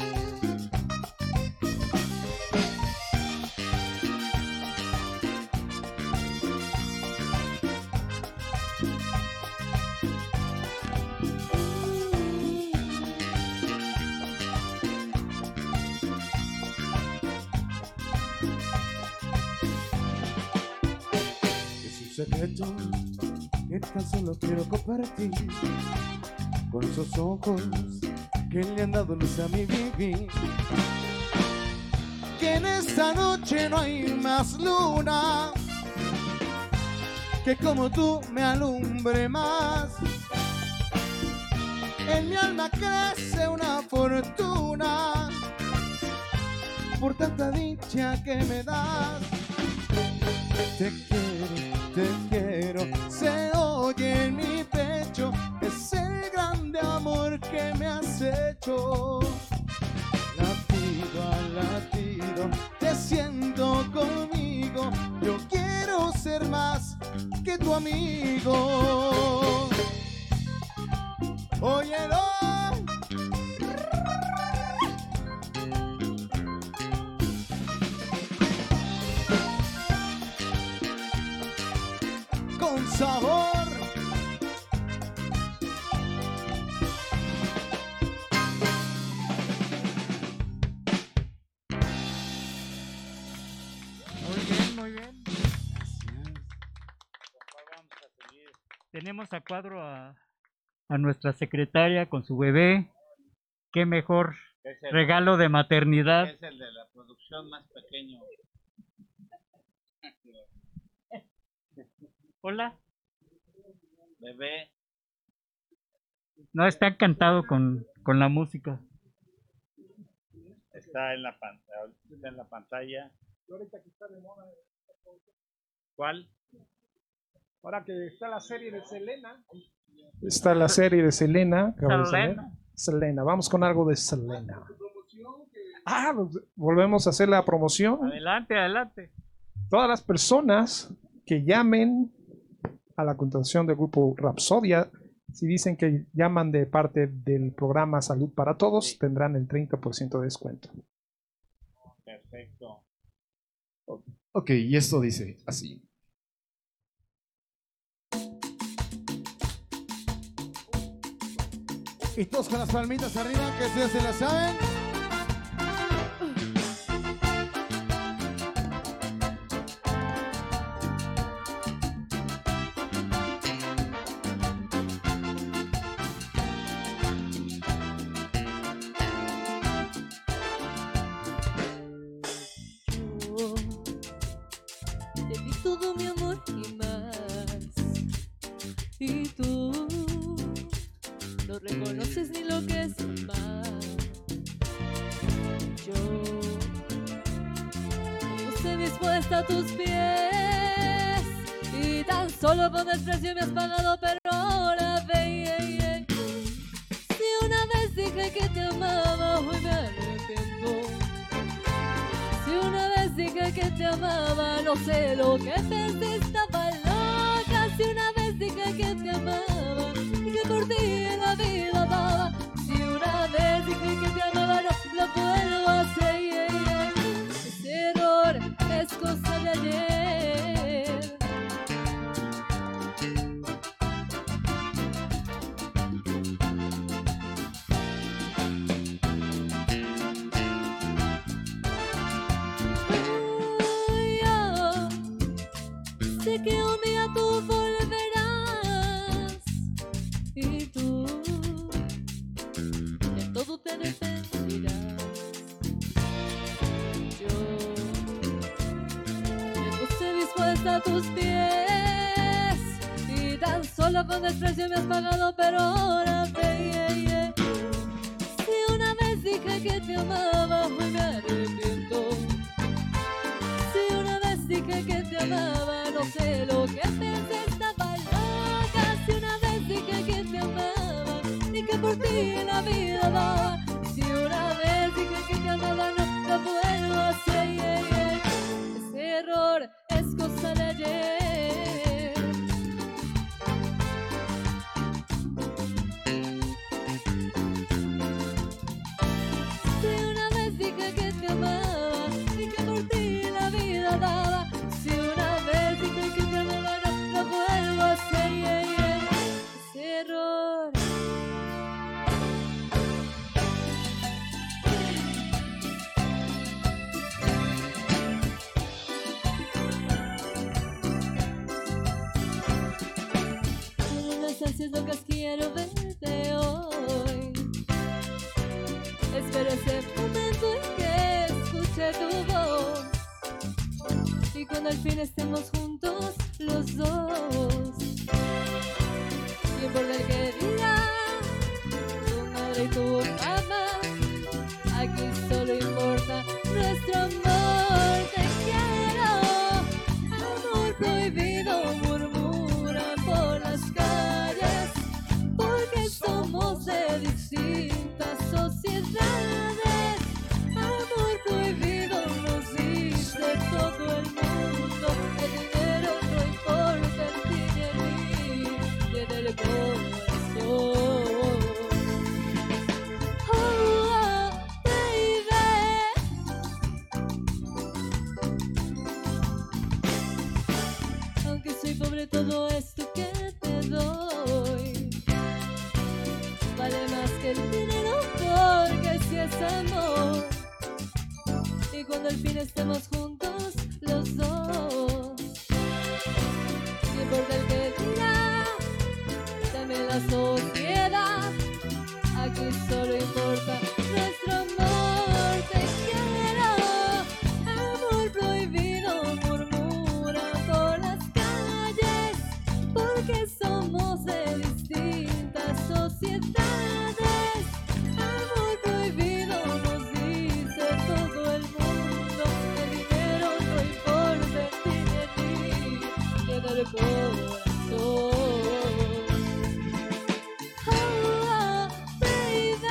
Secreto que tan solo quiero compartir con esos ojos que le han dado luz a mi vivir. Que en esta noche no hay más luna que como tú me alumbre más. En mi alma crece una fortuna por tanta dicha que me das. Te quiero, se oye en mi pecho, es el grande amor que me has hecho. Latido a latido, te siento conmigo, yo quiero ser más que tu amigo. Óyelo. Con sabor. Muy bien. Tenemos a cuadro a nuestra secretaria con su bebé. Qué mejor regalo de maternidad. Es el de la producción más pequeño. Hola. Bebé. No, está encantado con la música. Está en la pantalla. ¿Cuál? Ahora que está la serie de Selena. Está la serie de Selena. Selena. Vamos con algo de Selena. Volvemos a hacer la promoción. Adelante. Todas las personas que llamen a la contratación del grupo Rapsodia, si dicen que llaman de parte del programa Salud para Todos, tendrán el 30% de descuento. Perfecto. Ok, y esto dice así. Y todos con las palmitas arriba, que ustedes se la saben. Te di todo mi amor y más, y tú no reconoces ni lo que es amar. Yo no estoy dispuesta a tus pies y tan solo por desprecio me has pagado, pero ahora ve. Si una vez dije que te amaba, hoy me arrepiento. Si una vez dije que te amaba, no sé lo que pensé, estaba loca. Si una sé que un día tú volverás y tú de todo te arrepentirás. Yo me puse dispuesta a tus pies y tan solo con desprecio me has pagado, pero ahora ve. Si una vez dije que te amaba, hoy me arrepiento. Si una vez dije que te amaba, no sé lo que pensé, estaba loca. Si una vez dije que te amaba y que por ti la vida daba. Si una vez dije que te amaba, no lo vuelvo a hacer. Ese error es cosa de ayer. Si una vez dije que te amaba y que por ti la vida daba. Si una vez dije que te amaba, no lo vuelvo a hacer. Ese error. Con unas ansias locas quiero verte hoy. Espero ese momento en que escuche tu voz y cuando al fin estemos juntos los dos. Tiempo del que dirá tu madre y tu mamá. Aquí solo importa nuestro amor. Te quiero, amor prohibido, murmuran por las calles, porque somos de distintas sociedades. Amor prohibido nos dice todo el mundo. El dinero no importa en ti ni en mí, ni en el corazón. Oh, baby. Aunque soy pobre, todo esto que te doy vale más que el dinero, porque si es amor. Y cuando al fin estemos juntos los dos, no importa el que dirá, también la sociedad. Aquí solo importa nuestro amor. Te quiero, amor prohibido, murmuran por las calles, porque somos de distintas sociedades. Amor prohibido nos dice todo el mundo. El dinero no importa en ti ni en mí, ni en el corazón. Oh, baby.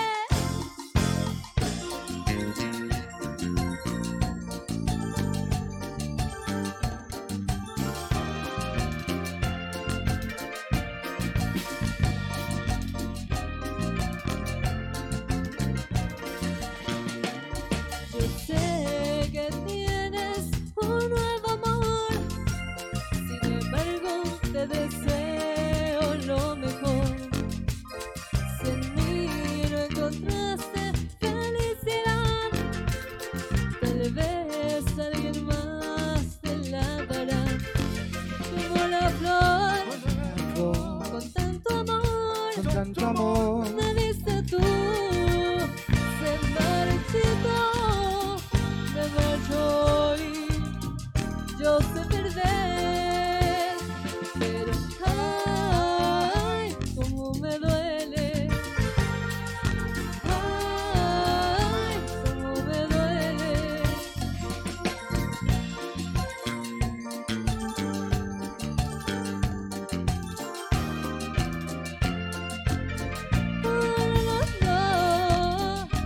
Yo sé que tienes un nuevo amor, sin embargo te deseo lo mejor. Si en mí no encontraste felicidad, tal vez alguien más te la dará. Como la flor, con tanto amor, me diste tú. Se marchitó, me marchó y yo sé perder, pero ay, cómo me duele, ay, cómo me duele. No.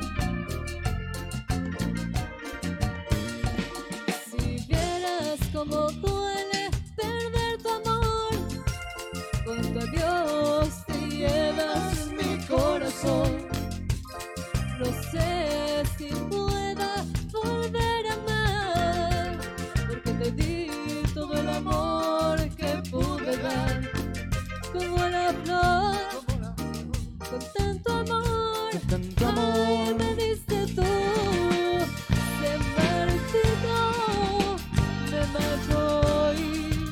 Si vieras cómo duele perder tu amor, cuando a Dios te llevas mi corazón. No sé si pueda volver a amar, porque te di todo el amor que pude dar. Como la flor, con tanto amor, ay, me diste tú. Se marchitó, me marchó y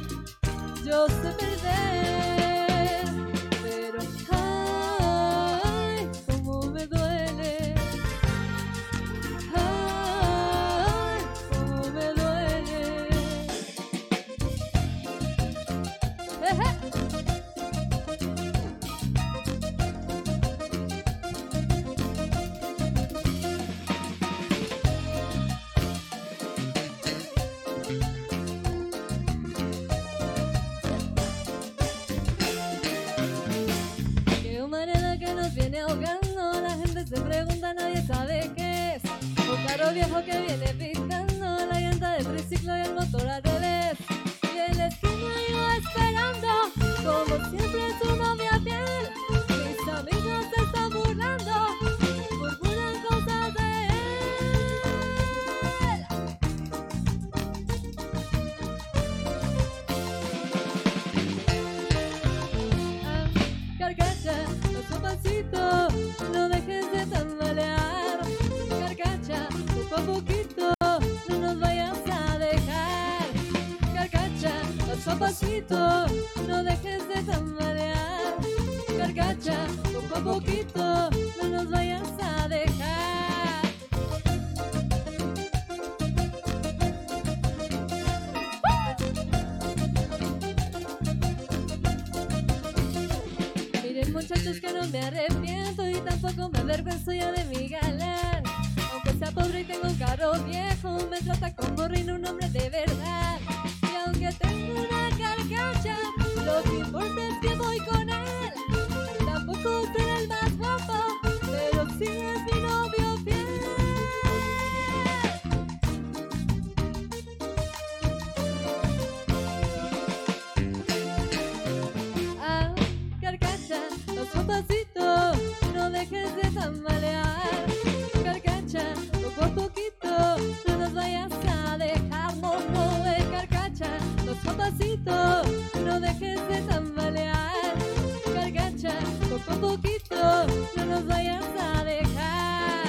Papacito, no dejes de tambalear. Carcacha, poco a poquito, no nos vayas a dejar. Miren muchachos que no me arrepiento y tampoco me avergüenzo ya de mi galán. Aunque sea pobre y tengo un carro viejo, me trata como reino un hombre de verdad. Y aunque tengo una carcacha, lo que importa es que voy con él. Tampoco será el más guapo, pero sí es mi novio fiel. Ah, carcacha, los papacitos, no dejes de tambalear. Carcacha, poco a poquito, no nos vayas a dejar. No, no, carcacha, los papacitos, no dejes de tambalear. Carcacha, poco a poquito, no nos vayas a dejar.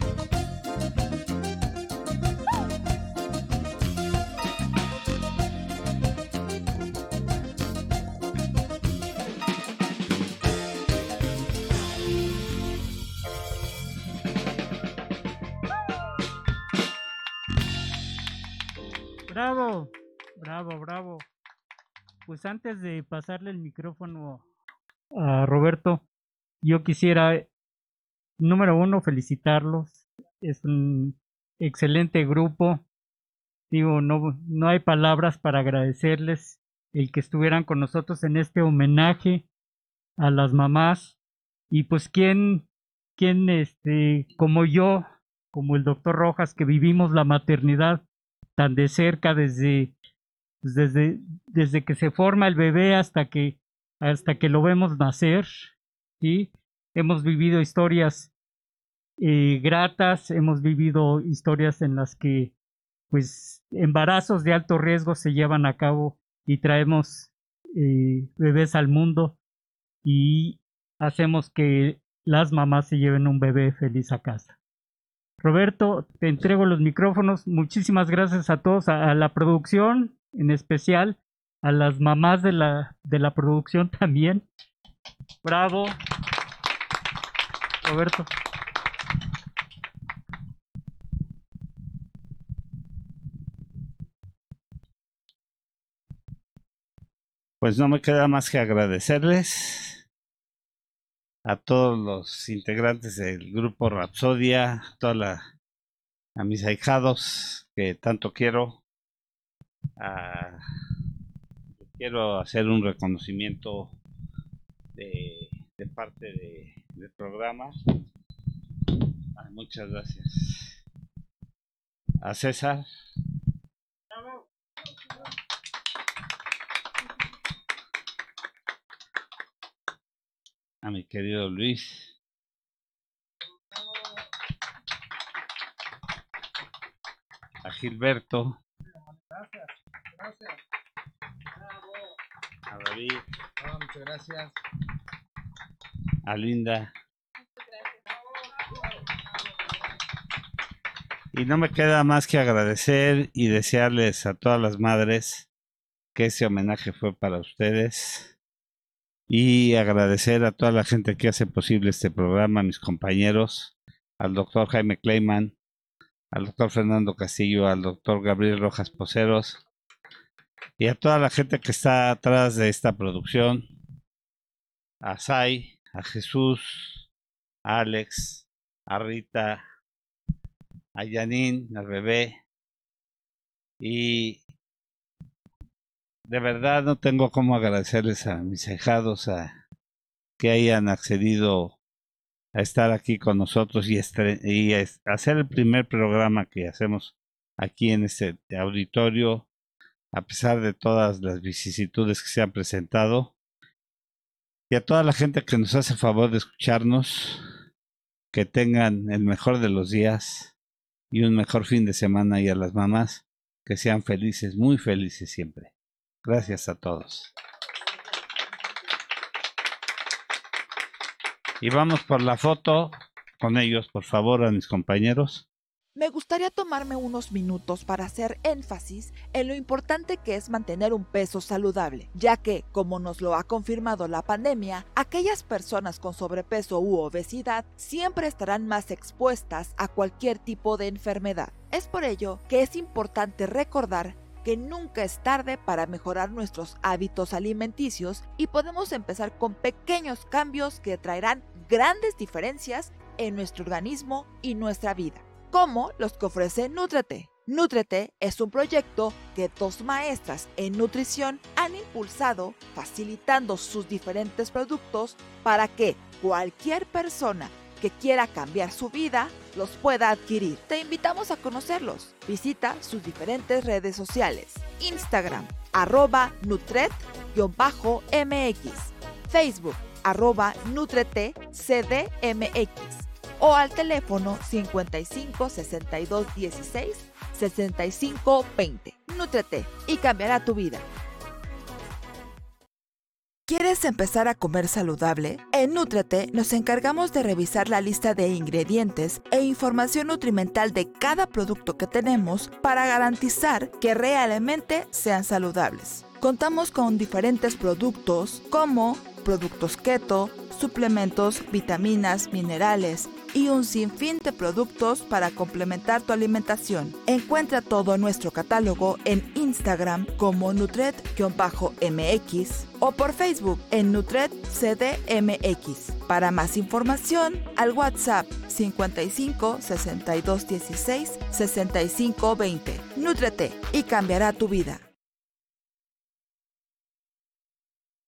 Bravo, bravo, bravo. Pues antes de pasarle el micrófono a Roberto, yo quisiera, número uno, felicitarlos. Es un excelente grupo. Digo, no hay palabras para agradecerles el que estuvieran con nosotros en este homenaje a las mamás. Y pues quién como yo, como el doctor Rojas, que vivimos la maternidad tan de cerca desde que se forma el bebé hasta que lo vemos nacer, ¿sí? Hemos vivido historias gratas, hemos vivido historias en las que pues embarazos de alto riesgo se llevan a cabo y traemos bebés al mundo y hacemos que las mamás se lleven un bebé feliz a casa. Roberto, te entrego los micrófonos. Muchísimas gracias a todos, a la producción en especial, a las mamás de la producción también. Bravo, Roberto. Pues no me queda más que agradecerles a todos los integrantes del grupo Rapsodia, a mis ahijados que tanto quiero. Quiero hacer un reconocimiento de parte del programa. Muchas gracias. A César. A mi querido Luis. A Gilberto. Gracias. A David. Muchas gracias. A Linda. Y no me queda más que agradecer y desearles a todas las madres que ese homenaje fue para ustedes. Y agradecer a toda la gente que hace posible este programa, a mis compañeros, al doctor Jaime Kleiman, al doctor Fernando Castillo, al doctor Gabriel Rojas Poceros y a toda la gente que está atrás de esta producción, a Sai, a Jesús, a Alex, a Rita, a Janine, al bebé. Y de verdad no tengo cómo agradecerles a mis ahijados que hayan accedido a estar aquí con nosotros y hacer el primer programa que hacemos aquí en este auditorio, a pesar de todas las vicisitudes que se han presentado. Y a toda la gente que nos hace favor de escucharnos, que tengan el mejor de los días y un mejor fin de semana, y a las mamás que sean felices, muy felices siempre. Gracias a todos. Y vamos por la foto con ellos, por favor, a mis compañeros. Me gustaría tomarme unos minutos para hacer énfasis en lo importante que es mantener un peso saludable, ya que, como nos lo ha confirmado la pandemia, aquellas personas con sobrepeso u obesidad siempre estarán más expuestas a cualquier tipo de enfermedad. Es por ello que es importante recordar que nunca es tarde para mejorar nuestros hábitos alimenticios y podemos empezar con pequeños cambios que traerán grandes diferencias en nuestro organismo y nuestra vida, como los que ofrece Nútrete. Nútrete es un proyecto que 2 maestras en nutrición han impulsado, facilitando sus diferentes productos para que cualquier persona que quiera cambiar su vida los pueda adquirir. Te invitamos a conocerlos. Visita sus diferentes redes sociales: Instagram, @Nutret_MX, Facebook, @NutreteCDMX, o al teléfono 55 62 16 65 20. Nútrete y cambiará tu vida. ¿Quieres empezar a comer saludable? En Nútrete nos encargamos de revisar la lista de ingredientes e información nutrimental de cada producto que tenemos para garantizar que realmente sean saludables. Contamos con diferentes productos como productos keto, suplementos, vitaminas, minerales y un sinfín de productos para complementar tu alimentación. Encuentra todo nuestro catálogo en Instagram como Nutret_MX o por Facebook en NutretCDMX. Para más información, al WhatsApp 55 62 16 65 20. Nútrete y cambiará tu vida.